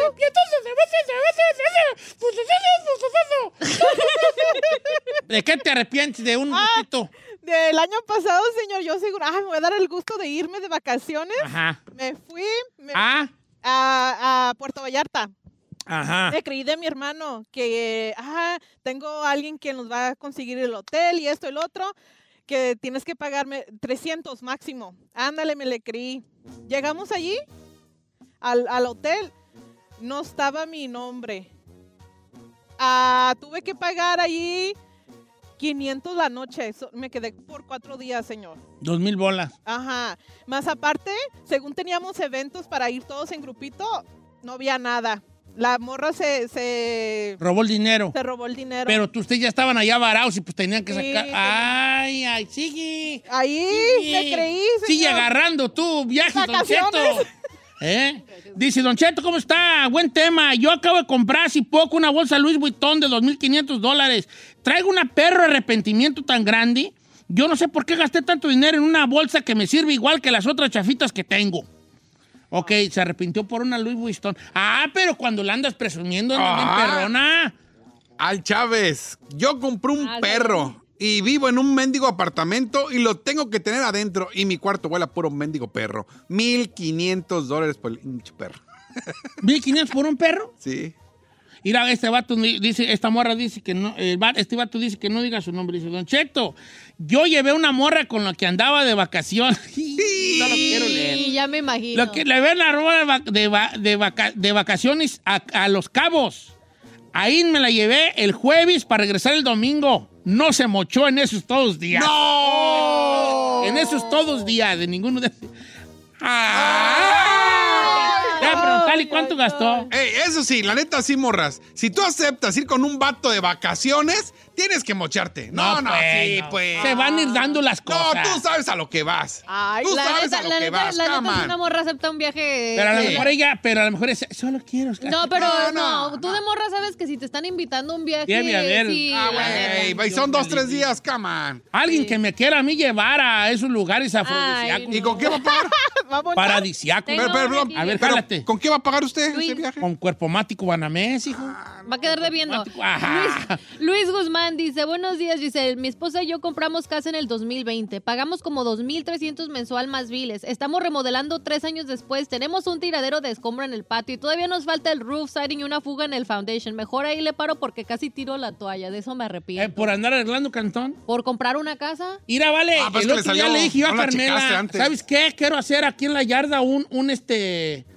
¿De qué te arrepientes de un gustito? Del año pasado, señor, yo seguro, ay, me voy a dar el gusto de irme de vacaciones. Ajá. Me fui me- Ah, a, a Puerto Vallarta. ajá. Me creí de mi hermano que, ah, tengo a alguien que nos va a conseguir el hotel y esto y el otro, que tienes que pagarme trescientos máximo. Ándale, me le creí. Llegamos allí, al, al hotel, no estaba mi nombre. Ah, tuve que pagar allí quinientos la noche. So- me quedé por cuatro días, señor. Dos mil bolas. Ajá. Más aparte, según teníamos eventos para ir todos en grupito, no había nada. La morra se, se, Robó el dinero. se robó el dinero. Pero tú, ustedes ya estaban allá varados y pues tenían que Sí, sacar. tenía- Ay, ay, sigue. Ahí Sigue. me creí, señor. Sigue agarrando tú, viajes, Don Vacaciones. Cheto. ¿Eh? Dice, Don Cheto, ¿cómo está? Buen tema. Yo acabo de comprar hace poco una bolsa Louis Vuitton de dos mil quinientos dólares. Traigo una perro arrepentimiento tan grande. Yo no sé por qué gasté tanto dinero en una bolsa que me sirve igual que las otras chafitas que tengo. Ok, se arrepintió por una Louis Vuitton. Ah, pero cuando la andas presumiendo, andas bien Ah. perrona. Al Chávez, yo compré un Ah, perro y vivo en un mendigo apartamento y lo tengo que tener adentro y mi cuarto huele a puro mendigo perro. mil quinientos dólares por el hinche perro. ¿mil quinientos por un perro? Sí. Mira, este vato mi- dice, esta morra dice que no, el va- este vato dice que no diga su nombre. Dice, Don Cheto, yo llevé una morra con la que andaba de vacaciones. No lo quiero leer. Y ya me imagino. Lo que le ven la ropa de, va- de, va- de vaca- de vacaciones a, a Los Cabos. Ahí me la llevé el jueves para regresar el domingo. No se mochó en esos todos días. ¡No! En esos todos días, de ninguno de ¡Ah! Ya, preguntale cuánto gastó. Ey, eso sí, la neta sí, morras. Si tú aceptas ir con un vato de vacaciones, tienes que mocharte. No, no, sí, no. pues. Se van a ir dando las No, cosas. tú sabes a lo que vas. Ay, tú La sabes neta, a lo la que neta, vas, la neta, come si on. una morra acepta un viaje... Pero a lo sí. mejor ella, pero a lo mejor es, solo quiero. No, pero No, no, no, tú de morra sabes que si te están invitando a un viaje... Debe haber. sí, Ah, la neta. güey, y son dos, tres días, come on. Alguien que me quiera a mí llevar a esos lugares afrodisíacos. ¿Y con qué va a pagar? Vamos. Paradisíacos. Tengo Pero, pero, una perdón, aquí. A ver, pero, jálate. ¿con qué va a pagar usted Luis. ese viaje? Con cuerpo mático banamés, hijo. Va a quedar debiendo. Ajá. Luis, Luis Guzmán dice, buenos días, Giselle. Mi esposa y yo compramos casa en el dos mil veinte. Pagamos como dos mil trescientos mensual más biles. Estamos remodelando tres años después. Tenemos un tiradero de escombro en el patio y todavía nos falta el roof siding y una fuga en el foundation. Mejor ahí le paro porque casi tiro la toalla. De eso me Eh, arrepiento. por andar arreglando cantón. ¿Por comprar una casa? Mira, vale, Ah, pues el que le otro día salió- le dije yo a no la checaste Carmela, antes. ¿sabes qué? Quiero hacer aquí en la yarda un, un este,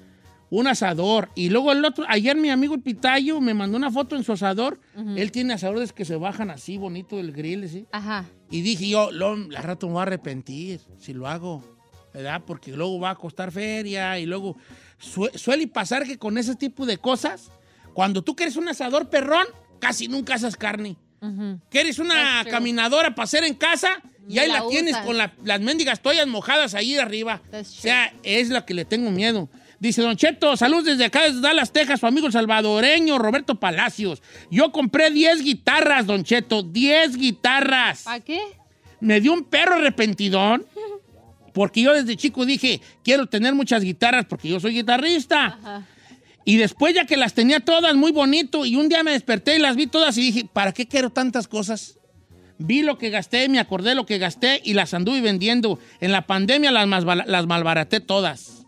un asador. Y luego el otro, ayer mi amigo el Pitayo me mandó una foto en su asador. Uh-huh. Él tiene asadores que se bajan así, bonito del grill, ¿sí? Ajá. Y dije yo, lo, la rato me voy a arrepentir si lo hago, ¿verdad? Porque luego va a costar feria y luego... Su, suele pasar que con ese tipo de cosas, cuando tú quieres un asador perrón, casi nunca haces carne. Uh-huh. Quieres una caminadora para hacer en casa y ahí la, la tienes con la, las mendigas toallas mojadas ahí arriba. O sea, es la que le tengo miedo. Dice Don Cheto, salud desde acá, desde Dallas, Texas, su amigo el salvadoreño Roberto Palacios. Yo compré diez guitarras, Don Cheto, diez guitarras. ¿Para qué? Me dio un perro arrepentidón porque yo desde chico dije, quiero tener muchas guitarras porque yo soy guitarrista. Ajá. Y después ya que las tenía todas muy bonito y un día me desperté y las vi todas y dije, ¿para qué quiero tantas cosas? Vi lo que gasté, me acordé lo que gasté y las anduve vendiendo. En la pandemia las, malba- las malbaraté todas.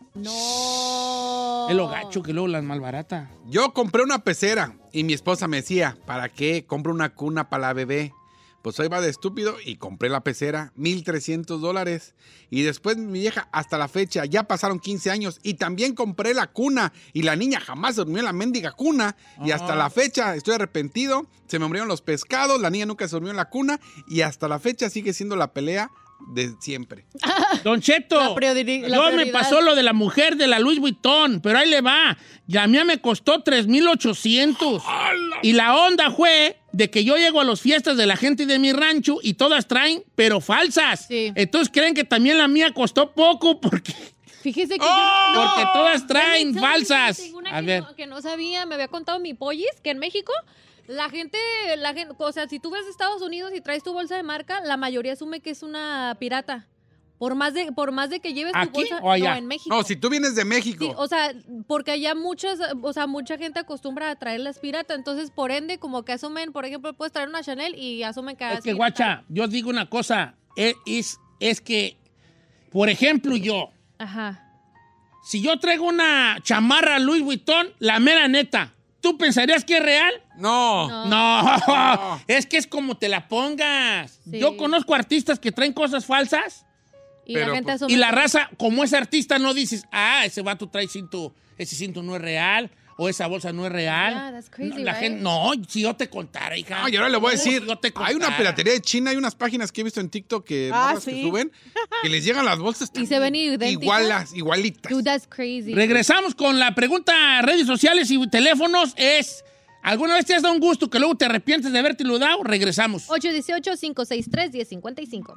No. Es lo gacho que luego las malbarata. Yo compré una pecera y mi esposa me decía, ¿para qué compro una cuna para la bebé? Pues ahí va de estúpido y compré la pecera, mil trescientos dólares. Y después mi vieja, hasta la fecha, ya pasaron quince años y también compré la cuna. Y la niña jamás durmió en la mendiga cuna. Y Ah. hasta la fecha estoy arrepentido, se me murieron los pescados, la niña nunca se durmió en la cuna. Y hasta la fecha sigue siendo la pelea de siempre. Don Cheto, La priori- la yo me prioridad. pasó lo de la mujer de la Louis Vuitton, pero ahí le va. La mía me costó tres mil ochocientos. Y la onda fue de que yo llego a las fiestas de la gente de mi rancho y todas traen, pero falsas. Sí. Entonces creen que también la mía costó poco porque, Fíjese que ¡Oh! yo... porque todas traen Let me tell you falsas. something, una A que ver. No, que no sabía, me había contado mi pollis, que en México la gente, la gente, o sea, si tú ves Estados Unidos y traes tu bolsa de marca, la mayoría asume que es una pirata. Por más de, por más de que lleves tu ¿Aquí bolsa, o allá? no, en México. No, si tú vienes de México. Sí, o sea, porque allá muchas, o sea, mucha gente acostumbra a traer las piratas, entonces por ende como que asumen, por ejemplo, puedes traer una Chanel y asumen que Es es que, pirata. guacha, yo digo una cosa. Es, es, es que, por ejemplo, yo, Ajá. si yo traigo una chamarra Louis Vuitton, la mera neta, ¿tú pensarías que es real? No. No. No, No. es que es como te la pongas. Sí. Yo conozco artistas que traen cosas falsas Y Pero, la gente pues, asume y la que- raza, como es artista, no dices, ah, ese vato trae cinto, ese cinto no es real, o esa bolsa no es real. Yeah, that's crazy, no, la right? gente, no, si yo te contara, hija. No, y ahora le voy a No, decir, si yo te hay una contara. piratería de China, hay unas páginas que he visto en TikTok que, Ah, morras que sí. suben, que les llegan las bolsas Y se ven idénticas. igualas, igualitas. Dude, that's crazy. Regresamos con la pregunta a redes sociales y teléfonos. Es, ¿alguna vez te has dado un gusto que luego te arrepientes de haberte lo dado? Regresamos. ocho uno ocho, cinco seis tres, uno cero cinco cinco.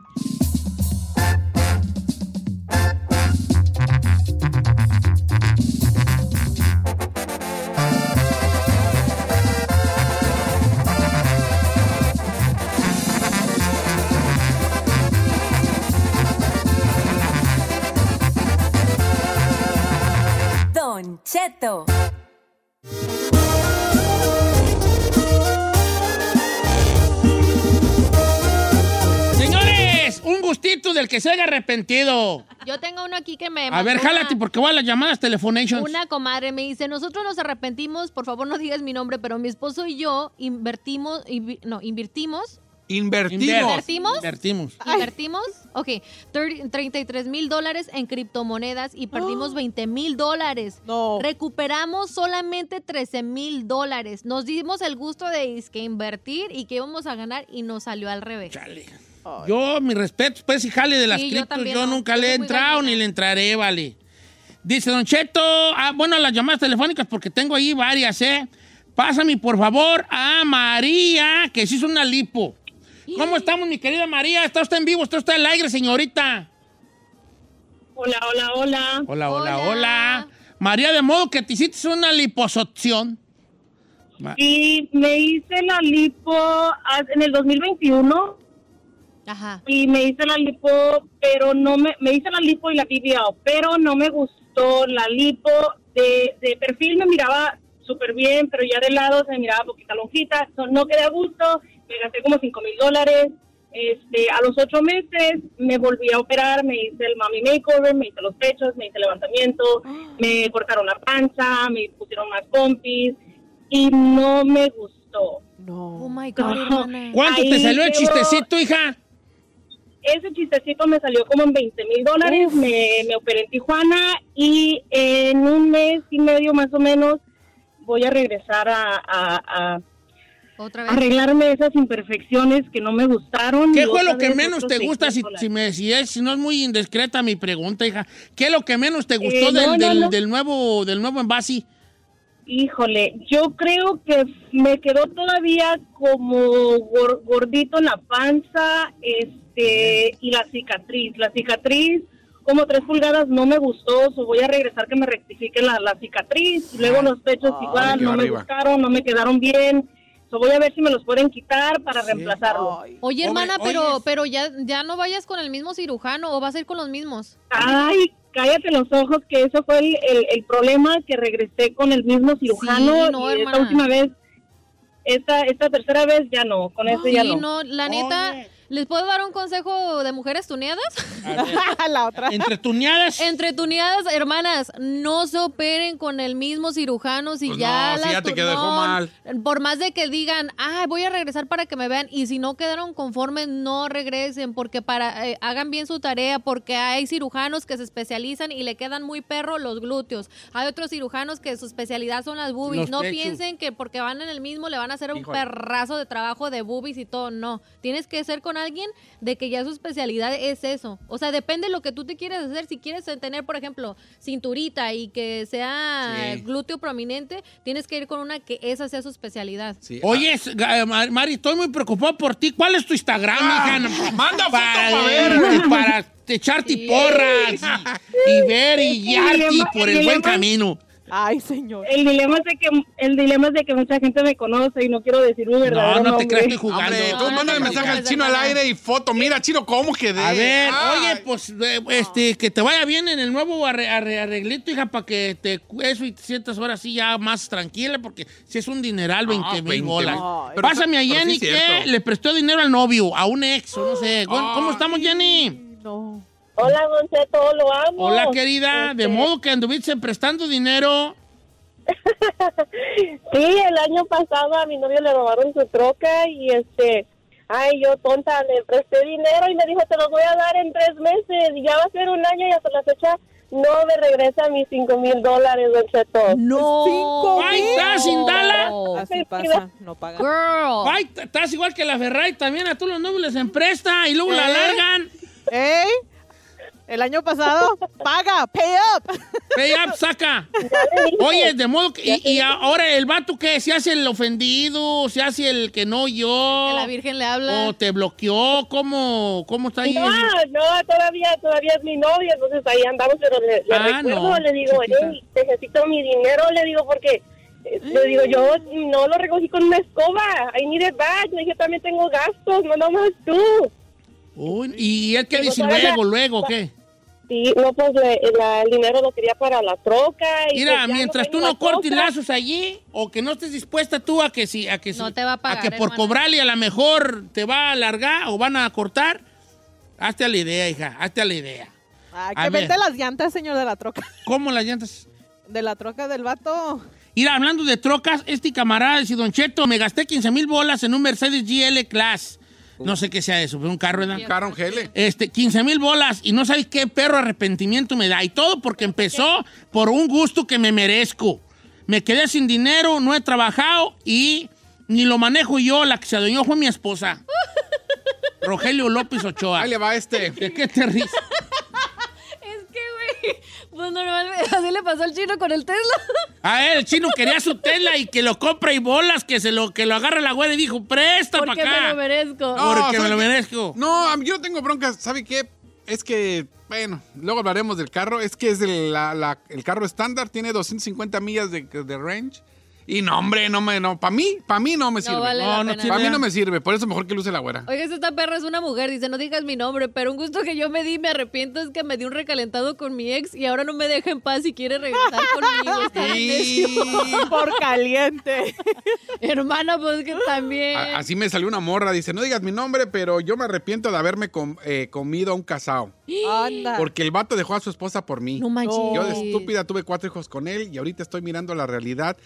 Don Cheto. Señores, un gustito del que se haya arrepentido. Yo tengo uno aquí que me A ver, mandó jálate una- porque voy a las llamadas telefonations. Una comadre me dice, nosotros nos arrepentimos, por favor no digas mi nombre, pero mi esposo y yo invertimos, invi- no, invertimos, Invertimos. ¿Invertimos? Invertimos. invertimos, ok, thirty treinta y tres mil dólares en criptomonedas y perdimos veinte mil dólares. No. Recuperamos solamente trece mil dólares. Nos dimos el gusto de que invertir y que íbamos a ganar y nos salió al revés. Chale. Yo, mi respeto, pues, y jale de las Sí, yo criptos, yo, también no. nunca Yo le he soy muy entrado gallina. ni le entraré, vale. Dice Don Cheto, ah, bueno, las llamadas telefónicas, porque tengo ahí varias, ¿eh? Pásame, por favor, a María, que se hizo una lipo. ¿Cómo estamos, mi querida María? ¿Está usted en vivo? ¿Está usted al aire, señorita? Hola, hola, hola. Hola, hola, Hola. hola. María, de modo que te hiciste una liposucción. Ma- Y me hice la lipo ah, en el dos mil veintiuno Ajá. y me hice la lipo, pero no me, me hice la lipo y la B B L, pero no me gustó la lipo. De, de perfil me miraba súper bien, pero ya de lado se me miraba poquita lonjita, so, no quedé a gusto, me gasté como cinco mil dólares. Este, a los ocho meses me volví a operar, me hice el mami makeover, me hice los pechos, me hice levantamiento, me cortaron la panza, me pusieron unas pompis y no me gustó. Oh No. my God, No. hermana. ¿Cuánto te Ahí salió el llevo- chistecito, hija? ese chistecito me salió como en veinte mil dólares, me, me operé en Tijuana y en un mes y medio más o menos voy a regresar a, a, a ¿Otra vez? arreglarme esas imperfecciones que no me gustaron. ¿Qué y fue otra lo que vez menos otros te gusta? Si, seiscientos si, me, si, es, si no es muy indiscreta mi pregunta, hija. ¿Qué es lo que menos te gustó Eh, no, del, no, del, no. del nuevo del nuevo envase? Híjole, yo creo que me quedó todavía como gor- gordito en la panza, este, y la cicatriz. La cicatriz, como tres pulgadas, no me gustó, so voy a regresar que me rectifique la, la cicatriz. Y luego los pechos Ah, igual, quedó no me arriba. gustaron, no me quedaron bien. So voy a ver si me los pueden quitar para reemplazarlo. Oye, hermana, Hombre, pero, oyes. pero ya, ya no vayas con el mismo cirujano o vas a ir con los mismos. Ay, cállate los ojos, que eso fue el, el, el problema, que regresé con el mismo cirujano. Sí, no, y esta hermana. última vez, esta, esta tercera vez ya no, con eso ya Sí, no. no, la neta, Oye. ¿les puedo dar un consejo de mujeres tuneadas? La otra. Entre tuneadas. Entre tuneadas, hermanas, no se operen con el mismo cirujano si Pues ya no, si las ya te tu- quedó no, mal. Por más de que digan, ah, voy a regresar para que me vean, y si no quedaron conformes, no regresen, porque para eh, hagan bien su tarea, porque hay cirujanos que se especializan y le quedan muy perro los glúteos. Hay otros cirujanos que su especialidad son las boobies. Los no pechos. piensen que porque van en el mismo le van a hacer un Híjole. perrazo de trabajo de boobies y todo. No, tienes que ser con alguien de que ya su especialidad es eso. O sea, depende de lo que tú te quieres hacer. Si quieres tener, por ejemplo, cinturita y que sea Sí. glúteo prominente, tienes que ir con una que esa sea su especialidad. Sí. Oye, es- eh, Mar- Mari, estoy muy preocupado por ti. ¿Cuál es tu Instagram, Ah, hija? manda foto para, pa' ver. eh, para echarte Sí. porras y, y ver y guiarte dilema- por el el buen dilema- camino. Ay, señor. El dilema es de que el dilema es de que mucha gente me conoce y no quiero decir mi verdadero No, no te nombre. creas, estoy jugando. Hombre, No, tú no manda te el mensaje al preocupes, chino al hermana. aire y foto. Mira, chino, ¿cómo quedé? A ver, Ay. oye, pues, eh, este, que te vaya bien en el nuevo arre- arre- arreglito, hija, para que te eso y te sientas ahora sí ya más tranquila, porque si es un dineral, veinte mil veinte bolas. Ay. Pero Pásame a está- pero Jenny sí es que cierto. le prestó dinero al novio, a un ex, o no sé. ¿Cómo, cómo estamos, Jenny? No. Hola, Don Cheto, lo amo. Hola, querida. De Este- modo que anduviste prestando dinero. Sí, el año pasado a mi novio le robaron su troca y este, ay, yo tonta, le presté dinero y me dijo, te los voy a dar en tres meses y ya va a ser un año y hasta la fecha no me regresa mis cinco mil dólares, Don Cheto. No. Cinco Ay, ¿estás sin Dala? Así pasa, no pagan. Girl. Ay, t- estás igual que la Ferrari también. A todos los novios les empresta y luego la ¿Eh? largan. ¿Ey? El año pasado, paga, pay up. Pay up, saca. Oye, de modo que. Y, y ahora el vato, ¿qué? ¿Se hace el ofendido? ¿Se hace el que no yo? Que la Virgen le habla. ¿O te bloqueó? ¿Cómo, cómo está ahí? No, no, todavía, todavía es mi novio, entonces ahí andamos, pero le, le Ah, recuerdo, no, le digo, chiquita. hey, necesito mi dinero, le digo, porque, eh, le digo, yo no lo recogí con una escoba, I need it back, le dije, también tengo gastos, no nomás tú. Uy, ¿y él qué Digo, dice todavía- luego, luego, qué? Sí, no, pues le- la- el dinero lo quería para la troca. Y Mira, pues ya mientras tú tengo no la cortes troca. lazos allí, o que no estés dispuesta tú a que si, a que No si- te va a pagar, que por hermana. cobrarle a lo mejor te va a alargar o van a cortar, hazte a la idea, hija, hazte a la idea. Ay, A que ver. vende las llantas, señor de la troca. ¿Cómo las llantas? De la troca del vato. Mira, hablando de trocas, este camarada dice, Don Cheto, me gasté quince mil bolas en un Mercedes G L Class. No sé qué sea eso, pero un carro, ¿verdad? Caron Gele. Este, quince mil bolas y no sabes qué perro arrepentimiento me da. Y todo porque empezó por un gusto que me merezco. Me quedé sin dinero, no he trabajado y ni lo manejo yo. La que se adueñó fue mi esposa. Rogelio López Ochoa. Ahí le va este. ¿De qué te ríes? Es que, güey, pues normalmente así le pasó al chino con el Tesla. A él, el chino quería su tela y que lo compra y bolas, que se lo, que lo agarra la güera y dijo, presta para Porque me lo acá. merezco. No, Porque me ¿sabe lo qué? merezco. No, a mí- yo no tengo broncas. ¿Sabe qué? Es que, bueno, luego hablaremos del carro. Es que es el, la- la- el carro estándar, tiene doscientas cincuenta millas de, de range. Y no, hombre, no me, no, para mí, para mí no me sirve. vale No, la no pena. tiene- Para mí no me sirve, por eso mejor que luce la güera. Oiga, esta perra es una mujer, dice, no digas mi nombre, pero un gusto que yo me di, me arrepiento, es que me di un recalentado con mi ex y ahora no me deja en paz y quiere regresar conmigo. Está bien necio. Por caliente. Hermana, pues que también. A- Así me salió una morra, dice, no digas mi nombre, pero yo me arrepiento de haberme com- eh, comido a un casado. Anda. Porque el vato dejó a su esposa por mí. No manches. Yo de estúpida tuve cuatro hijos con él y ahorita estoy mirando la realidad de cómo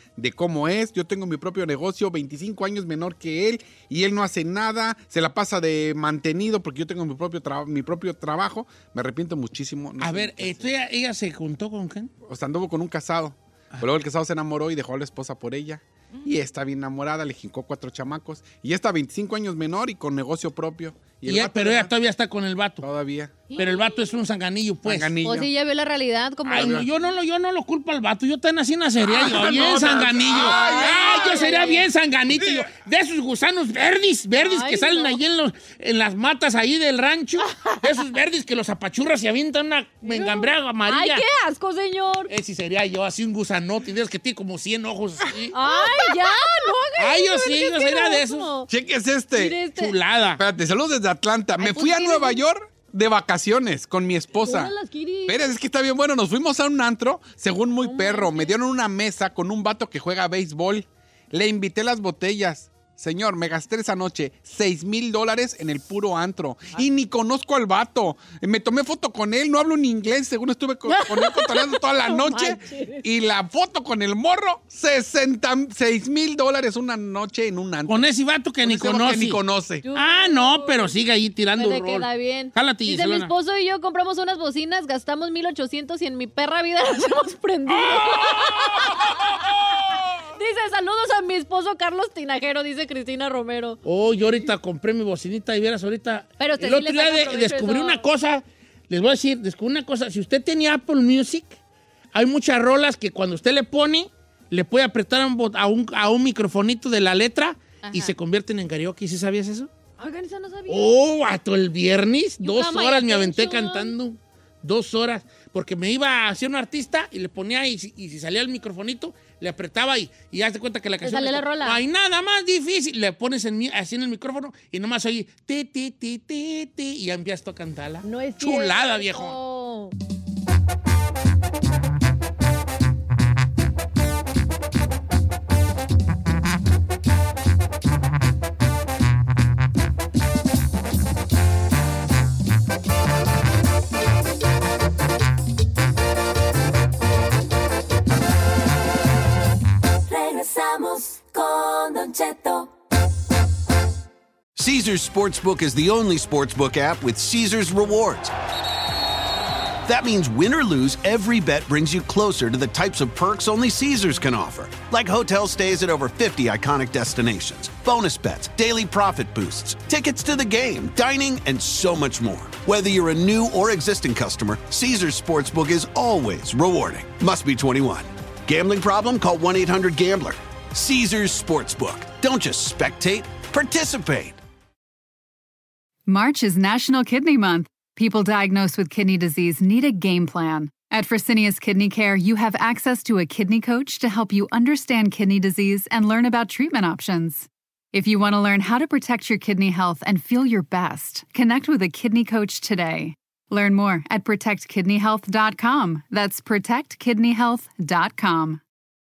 cómo es, yo tengo mi propio negocio, veinticinco años menor que él, y él no hace nada, se la pasa de mantenido porque yo tengo mi propio, tra- mi propio trabajo. Me arrepiento muchísimo. No A sé ver, qué ¿esto ella, ella se juntó con quién? hacer. O sea, anduvo con un casado, pero luego el casado se enamoró y dejó a la esposa por ella. Y está bien enamorada, le jincó cuatro chamacos. Y está veinticinco años menor y con negocio propio. Y el ella- vato, pero ella ¿verdad? todavía está con el vato. Todavía. Pero el vato es un sanganillo, pues. Sanganillo. O si ya vio la realidad como... Ay, no, yo no lo, yo no lo culpo al vato. Yo también así nacería. Yo, Ah, bien no, sanganillo. ay, Ay, ay, yo ay, sería ay, bien sanganito. Yo, de esos gusanos verdes, verdes Ay, que salen no. ahí en, los, en las matas ahí del rancho. De esos verdes que los apachurras y avientan una mengambrea ¡Ay, amarilla. qué asco, señor! Ese sería yo, así un gusanote. De esos que tiene como cien ojos así. ¡Ay, ya! ¡No hagas Ay, yo eso, sí, qué yo sería de asqueroso! Cheques este. Mire este. Chulada. Espérate, saludos desde Atlanta. Ay, Me pues fui a sí, Nueva sí. York de vacaciones con mi esposa. ¿Dónde las quieres? Pero es que está bien bueno. Nos fuimos a un antro, según muy perro. Me dieron una mesa con un vato que juega béisbol. Le invité las botellas. Señor, me gasté esa noche seis mil dólares en el puro antro. Y ni conozco al vato. Me tomé foto con él, no hablo ni inglés, según estuve con, con él cotorreando toda la No noche. manches. Y la foto con el morro, sesenta y seis mil dólares una noche en un antro. Con ese vato que Con ni ese vato conoce. que ni conoce. Ah, no, pero sigue ahí tirando Me le rol. queda bien. Jálate, Dice, mi Giselona. esposo y yo compramos unas bocinas, gastamos mil ochocientos y en mi perra vida las hemos prendido. Dice, saludos a mi esposo Carlos Tinajero, dice Cristina Romero. Oh, yo ahorita compré mi bocinita y vieras ahorita. Pero usted el sí otro le día saca de- provecho descubrí eso. una cosa. Les voy a decir, descubrí una cosa. Si usted tenía Apple Music, hay muchas rolas que cuando usted le pone, le puede apretar a un, bot- a un, a un microfonito de la letra y Ajá. se convierten en karaoke. ¿Sí sabías eso? Oigan, esa no sabía. Oh, vato, el viernes, You dos got my horas me aventé attention. cantando. Dos horas. Porque me iba a hacer un artista y le ponía, y si, y si salía el microfonito, le apretaba y, y ya te cuenta que la canción. sale la está- rola. No hay nada más difícil. Le pones en, mi- así en el micrófono y nomás oye, ti, ti, ti, ti, ti, y ya empiezas tú a cantarla. No es Chulada, cierto. viejo. Regresamos con Don Cheto. Caesar's Sportsbook is the only sportsbook app with Caesar's rewards. That means win or lose, every bet brings you closer to the types of perks only Caesar's can offer, like hotel stays at over fifty iconic destinations, bonus bets, daily profit boosts, tickets to the game, dining, and so much more. Whether you're a new or existing customer, Caesar's Sportsbook is always rewarding. Must be twenty-one. Gambling problem? Call one eight hundred gambler. Caesar's Sportsbook. Don't just spectate, participate. March is National Kidney Month. People diagnosed with kidney disease need a game plan. At Fresenius Kidney Care, you have access to a kidney coach to help you understand kidney disease and learn about treatment options. If you want to learn how to protect your kidney health and feel your best, connect with a kidney coach today. Learn more at protect kidney health dot com. That's protect kidney health dot com.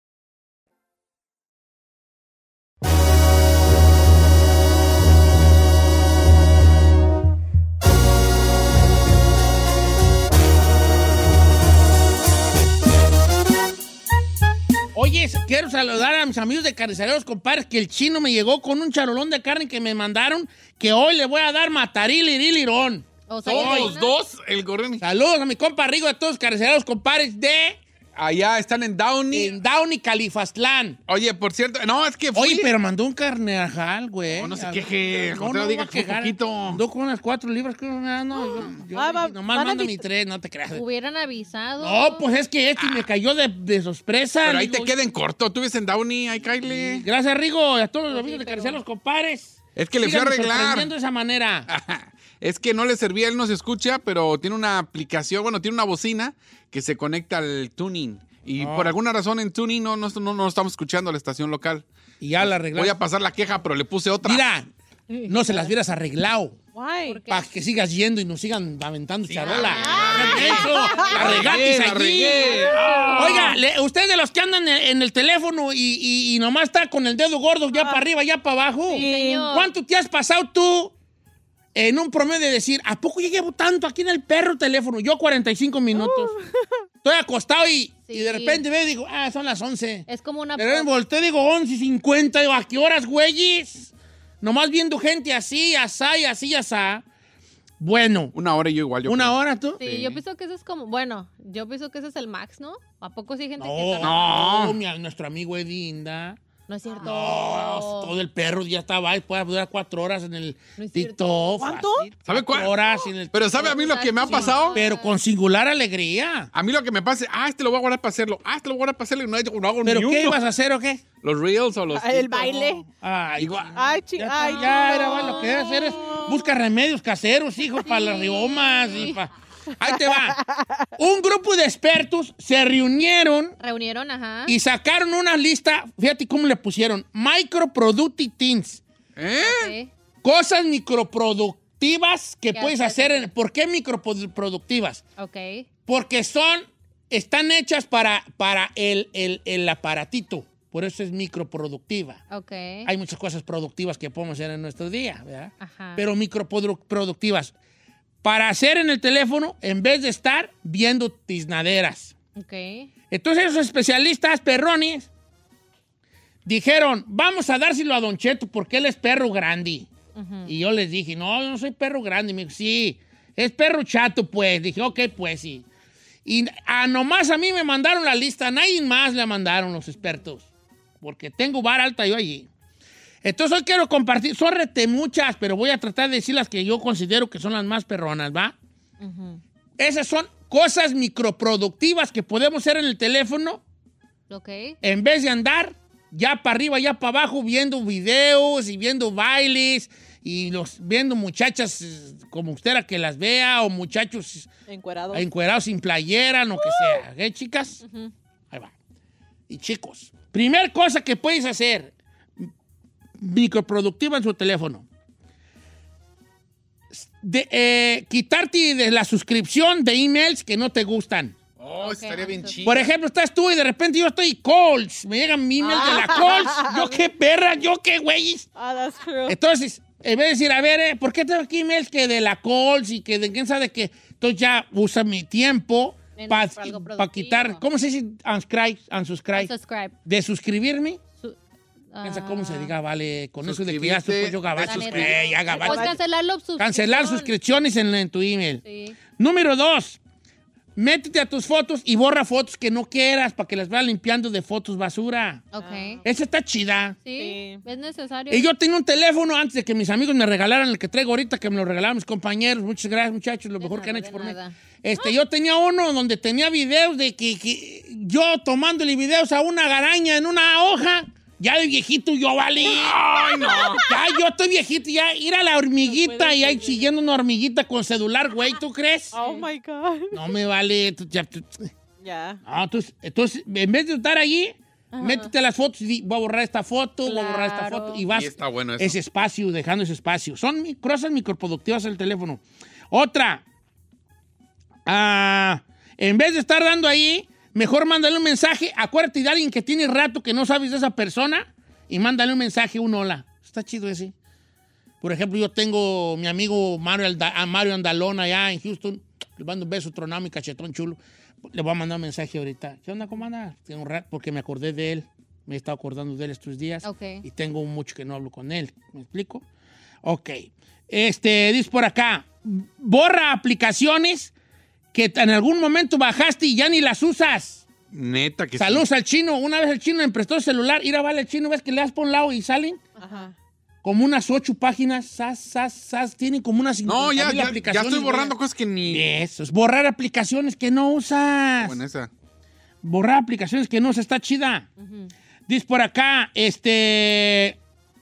Oye, quiero saludar a mis amigos de Carniceros, compadres, que el chino me llegó con un charolón de carne que me mandaron, que hoy le voy a dar matarilirón. O sea, Todos dos, el gorrión. Saludos a mi compa Rigo, a todos los carniceros, compadres de Allá están en Downey. en Downey, Califastlán. Oye, por cierto, no, es que fui. Oye, pero mandó un carnajal, güey. No, no se queje, al No, contrario, no diga voy a que fue quejar. poquito. Mandó con unas cuatro libras, creo. No, no, yo, yo Ah, dije, va- nomás van a manda vi- mi tres, no te creas. hubieran avisado. No, pues es que este me cayó de, de sorpresa. Pero ahí Digo, te queda en corto. Tú ves en Downey, ahí cáile. Gracias, Rigo, y a todos los Pues amigos sí, de pero- Carniceros, compadres. Es que le fui a Síganme arreglar. sorprendiendo de esa manera. Es que no le servía, él no se escucha, pero tiene una aplicación, bueno, tiene una bocina que se conecta al tuning. Y Oh. por alguna razón en tuning no, no, no, no estamos escuchando a la estación local. Y ya la arreglaste. Voy a pasar la queja, pero le puse otra. Mira, no se las hubieras arreglado. Why? Para que sigas yendo y nos sigan aventando charola. Ah. Eso, la regatis regué, la allí. regué. Oiga, le- usted de los que andan en, en el teléfono y, y- y nomás está con el dedo gordo ya para arriba, ya para abajo. Sí. Señor. ¿Cuánto te has pasado tú en un promedio de decir, ¿a poco yo llevo tanto aquí en el perro teléfono? Yo cuarenta y cinco minutos. Uh. Estoy acostado y, sí. y de repente veo y digo, ah, son las once. Es como una... Pero me volteo y digo, once y cincuenta. Digo, ¿a qué horas, güeyes? Nomás viendo gente así, asá y así, asá. Bueno. Una hora yo igual. Yo ¿Una creo. hora tú? Sí, sí, yo pienso que eso es como... Bueno, yo pienso que ese es el max, ¿no? ¿A poco sí hay gente no, que... Está... No, mi, nuestro amigo Edinda... No es cierto. No, todo el perro ya estaba, puede durar cuatro horas en el no TikTok. ¿Cuánto? Fácil, ¿Sabe cuánto? Horas en el Pero ¿sabe a mí lo que me ha pasado? Pero con singular alegría. A mí lo que me pasa, ah, este lo voy a guardar para hacerlo. Ah, este lo voy a guardar para hacerlo y no, no hago ni uno. ¿Pero qué ibas a hacer o qué? Los reels o los... Ah, el baile. Ay, igual. Ay, chica. Ya, Ay, ya era, bueno, lo que debe hacer es busca remedios caseros, hijo, sí. para las riomas y para... Ahí te va. Un grupo de expertos se reunieron. Reunieron, ajá. Y sacaron una lista, fíjate cómo le pusieron, microproductive things. ¿Eh? Okay. Cosas microproductivas que puedes hacer. En, ¿Por qué microproductivas? Ok. Porque son, están hechas para, para el, el, el aparatito. Por eso es microproductiva. Ok. Hay muchas cosas productivas que podemos hacer en nuestro día, ¿verdad? Ajá. Pero microproductivas. Para hacer en el teléfono, en vez de estar viendo tiznaderas. Ok. Entonces esos especialistas perrones dijeron, vamos a dárselo a Don Cheto porque él es perro grande. Uh-huh. Y yo les dije, no, yo no soy perro grande. Me dijo, sí, es perro chato, pues. Dije, ok, pues sí. Y a nomás a mí me mandaron la lista, a nadie más le mandaron los expertos. Porque tengo vara alta yo allí. Entonces hoy quiero compartir, son rete muchas, pero voy a tratar de decir las que yo considero que son las más perronas, ¿va? Uh-huh. Esas son cosas microproductivas que podemos hacer en el teléfono. Ok. En vez de andar ya para arriba, ya para abajo, viendo videos y viendo bailes y los, viendo muchachas como usted era que las vea o muchachos encuerados, encuerados sin playera, lo que uh. sea. ¿Eh, chicas? Uh-huh. Ahí va. Y chicos, primer cosa que puedes hacer microproductiva en su teléfono. De, eh, quitarte de la suscripción de emails que no te gustan. Oh, okay, estaría bien chido. Por ejemplo, estás tú y de repente yo estoy Coles. Me llegan mi email ah. de la Coles. Yo qué perra, yo qué güeyes. Ah, that's true. Entonces, en vez de decir, a ver, eh, ¿por qué tengo aquí emails que de la Coles y que de quién sabe qué? Entonces ya usa mi tiempo para pa quitar, ¿cómo se dice? Unscribe, unsubscribe. Unsubscribe. De suscribirme. Piensa cómo se diga, vale, con eso de que ya estoy yo gabacho. Eh, ya gabacho. Pues cancelar la suscripción. Cancelar suscripciones en, en tu email. Sí. Número dos, métete a tus fotos y borra fotos que no quieras para que las vayas limpiando de fotos basura. Ok. Esa está chida. Sí, sí, es necesario. Y yo tenía un teléfono antes de que mis amigos me regalaran el que traigo ahorita, que me lo regalaron mis compañeros. Muchas gracias, muchachos, lo de mejor nada, que han hecho por nada. mí. Este, yo tenía uno donde tenía videos de que, que yo tomándole videos a una garaña en una hoja. Ya de viejito yo, vale. Ay, no. Ya yo estoy viejito, ya ir a la hormiguita no y ahí siguiendo una hormiguita con celular, güey, ¿tú crees? Oh, my God. No me vale. Tú, ya. Tú, yeah. no, entonces, entonces, en vez de estar allí, ajá, métete a las fotos y di, voy a borrar esta foto, claro, voy a borrar esta foto. Y vas y está bueno eso. Ese espacio, dejando ese espacio. Son cosas microproductivas en el teléfono. Otra. Ah, en vez de estar dando ahí, mejor mándale un mensaje. Acuérdate de alguien que tiene rato que no sabes de esa persona y mándale un mensaje, un hola. Está chido ese. Por ejemplo, yo tengo mi amigo Mario, Alda, Mario Andalón allá en Houston. Le mando un beso tronado, mi cachetón chulo. Le voy a mandar un mensaje ahorita. ¿Qué onda, cómo anda? Tengo un rato porque me acordé de él. Me he estado acordando de él estos días. Okay. Y tengo mucho que no hablo con él. ¿Me explico? Ok. Este, dice por acá. Borra aplicaciones que en algún momento bajaste y ya ni las usas. Neta que Saludos sí. al chino. Una vez el chino me prestó el celular. Ir a vale el chino, ves que le das por un lado y salen. Ajá. Como unas ocho páginas. Sas, sas, sas. Tienen como unas No, ya, ya, aplicaciones. ya estoy borrando güey. cosas que ni... Eso es borrar aplicaciones que no usas. Bueno, esa. Borrar aplicaciones que no usas. Está chida. Uh-huh. Dice por acá, este...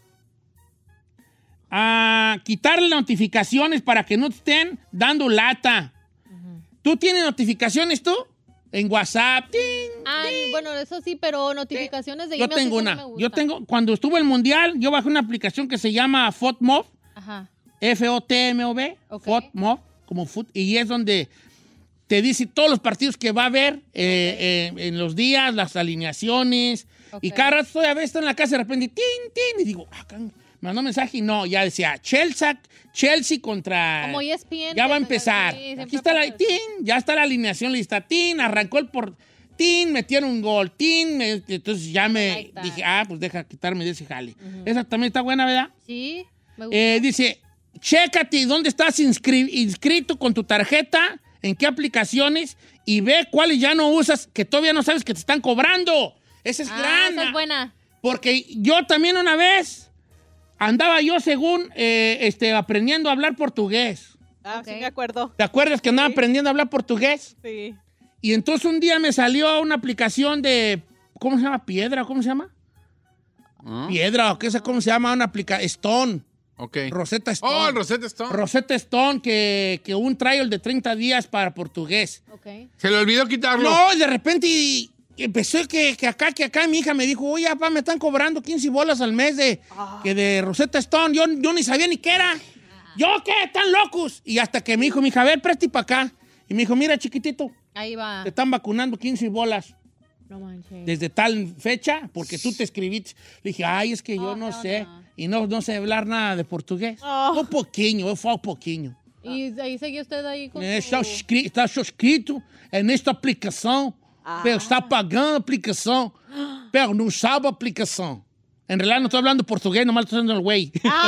a quitarle notificaciones para que no te estén dando lata. Uh-huh. ¿Tú tienes notificaciones tú? En WhatsApp. ¡Ting, ah, ting! Bueno, eso sí, pero notificaciones de yo email tengo sí una. No me yo tengo, cuando estuvo el Mundial, yo bajé una aplicación que se llama FOTMOB. Ajá. F O T M O B. Okay. FOTMOB, como foot, y es donde te dice todos los partidos que va a haber eh, okay. eh, en los días, las alineaciones. Okay. Y cada rato estoy a veces estoy en la casa y de repente, ¡tin, tin! Y digo, ah, Me mandó mensaje y no, ya decía Chelsea, Chelsea contra... Como E S P N. Ya va a empezar. Sí, Aquí está la... Tin, ya está la alineación lista. Tin, arrancó el por... Tin, metieron un gol. Tin, me- entonces ya me dije, ah, pues deja quitarme de ese jale. Ujú. Esa también está buena, ¿verdad? Sí, me gusta. Eh, dice, chécate dónde estás inscri- inscrito con tu tarjeta, en qué aplicaciones, y ve cuáles ya no usas, que todavía no sabes que te están cobrando. Esa es Ah, gran. esa es buena. Porque yo también una vez andaba yo según eh, este, aprendiendo a hablar portugués. Ah, sí me acuerdo. ¿Te acuerdas que andaba aprendiendo a hablar portugués? Sí. Y entonces un día me salió una aplicación de, ¿cómo se llama? ¿Piedra? ¿Cómo se llama? ¿Ah? Piedra, o qué sé cómo se llama, una aplicación, Stone. Ok. Rosetta Stone. Oh, el Rosetta Stone. Rosetta Stone, que, que un trial de treinta días para portugués. Ok. Se le olvidó quitarlo. No, y de repente y- y empezó que, que acá, que acá mi hija me dijo, oye, papá, me están cobrando quince bolas al mes de, que de Rosetta Stone. Yo, yo ni sabía ni qué era. ¿Yo qué? ¿Están locos? Y hasta que me dijo, mi hija, a ver, preste para acá. Y me dijo, mira, chiquitito, Ahí va. te están vacunando quince bolas No manches. desde tal fecha porque tú te escribiste. Le dije, ay, es que yo Oh, no hell sé. no. Y no, no sé hablar nada de portugués. Oh. Un poquinho, fue un poquinho. Y ahí seguía usted ahí con Está, su... inscri- está suscrito nesta aplicação, pero está pagando a aplicação, pero no sabe a aplicação. En realidad no estoy hablando portugués, nomás estoy haciendo el güey.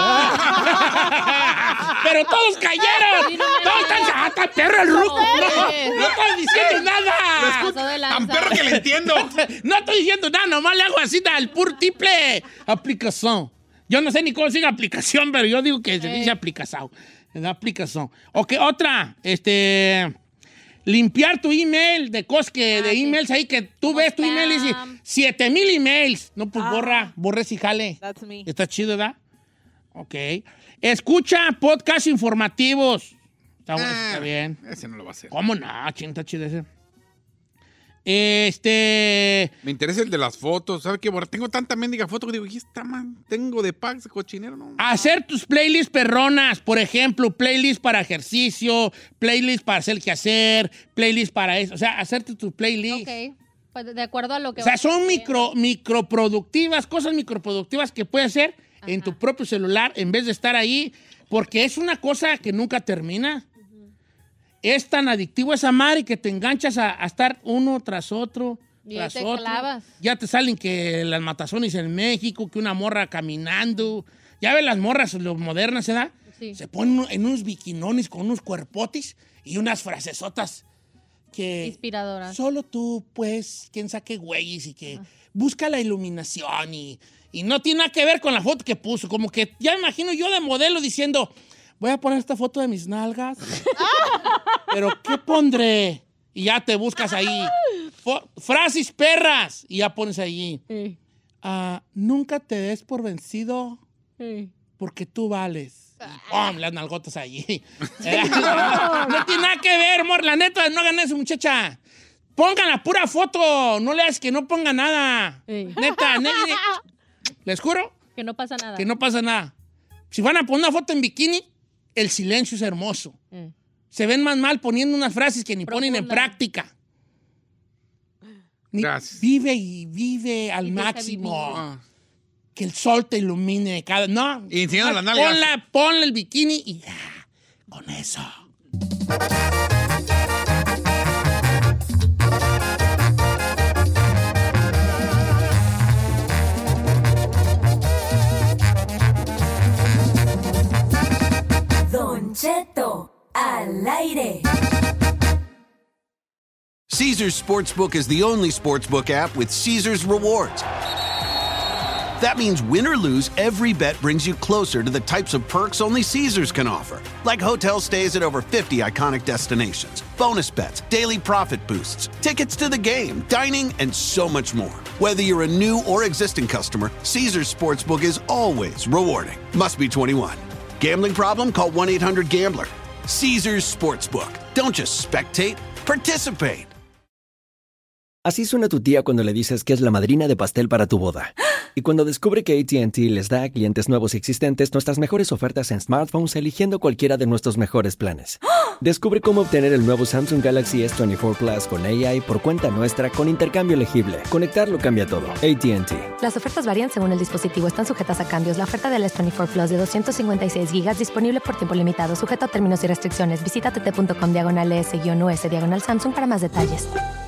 ¡Pero todos cayeron! Sí, no me ¡Todos están... ¡Ah, tan perro el ruco! ¡No, no estoy diciendo nada! Pasó de lanza. Tan perro que le entiendo. No estoy diciendo nada, nomás le hago así al pur triple aplicación. Yo no sé ni cómo se dice aplicación, pero yo digo que se dice aplicación. La aplicación. Ok, otra, este... Limpiar tu email de cosas que, de emails ahí que tú ves tu email y dices, siete mil emails. No, pues borra, borres y jale. That's me. Está chido, ¿verdad? Ok. Escucha podcasts informativos. Está, bueno, Ah, está bien. Ese no lo va a hacer. ¿Cómo no? Chin, está chido ese. Este... Me interesa el de las fotos. ¿Sabe qué? Borra? Tengo tanta mendiga foto que digo, ¿y esta man? Tengo de packs, cochinero, ¿no? Hacer tus playlists perronas, por ejemplo, playlist para ejercicio, playlist para hacer qué hacer, playlist para eso, o sea, hacerte tus playlists. Ok. Pues de acuerdo a lo que... O sea, vas son haciendo. micro, microproductivas, cosas microproductivas que puedes hacer en tu propio celular en vez de estar ahí, porque es una cosa que nunca termina. Es tan adictivo esa madre que te enganchas a, a estar uno tras otro, Y ahí tras te otro. clavas. Ya te salen que las matazones en México, que una morra caminando. Ya ves las morras, los modernas, ¿verdad? Sí. Se ponen en unos biquinones con unos cuerpotes y unas frasesotas que... Inspiradoras. Solo tú, pues, quién saque güeyes y que busca la iluminación y, y no tiene nada que ver con la foto que puso. Como que ya me imagino yo de modelo diciendo, voy a poner esta foto de mis nalgas, pero ¿qué pondré? Y ya te buscas ahí. Fo- frases perras y ya pones ahí. Sí. Ah, nunca te des por vencido Sí. porque tú vales. Y ¡pum! Las nalgotas allí. Eh, no, no tiene nada que ver, amor. La neta, no hagan eso, muchacha. Pongan la pura foto. No le hagas que no ponga nada. Sí. Neta, ne- ne- les juro Que no pasa nada. que no pasa nada. Si van a poner una foto en bikini, el silencio es hermoso. Eh. Se ven más mal poniendo unas frases que ni ponen en Profunda. práctica. Ni- Gracias. Vive y vive al Y deja máximo. vivir. Ah. Que el sol te ilumine cada... No. Y enseñando Nomás las nalgas. Ponla, ponle el bikini y ya. Con eso. Don Cheto al aire. Caesar's Sportsbook is the only sportsbook app with Caesar's rewards. That means win or lose, every bet brings you closer to the types of perks only Caesar's can offer, like hotel stays at over fifty iconic destinations, bonus bets, daily profit boosts, tickets to the game, dining, and so much more. Whether you're a new or existing customer, Caesar's Sportsbook is always rewarding. Must be twenty-one. Gambling problem? Call one eight hundred gambler. Caesar's Sportsbook. Don't just spectate, participate. Así suena tu tía cuando le dices que es la madrina de pastel para tu boda. Y cuando descubre que A T and T les da a clientes nuevos y existentes nuestras mejores ofertas en smartphones eligiendo cualquiera de nuestros mejores planes. Descubre cómo obtener el nuevo Samsung Galaxy S veinticuatro Plus con A I por cuenta nuestra con intercambio elegible. Conectarlo cambia todo. A T and T. Las ofertas varían según el dispositivo. Están sujetas a cambios. La oferta del S veinticuatro Plus de doscientos cincuenta y seis gigas disponible por tiempo limitado. Sujeto a términos y restricciones. Visita tt.com diagonal S-U S diagonal Samsung para más detalles.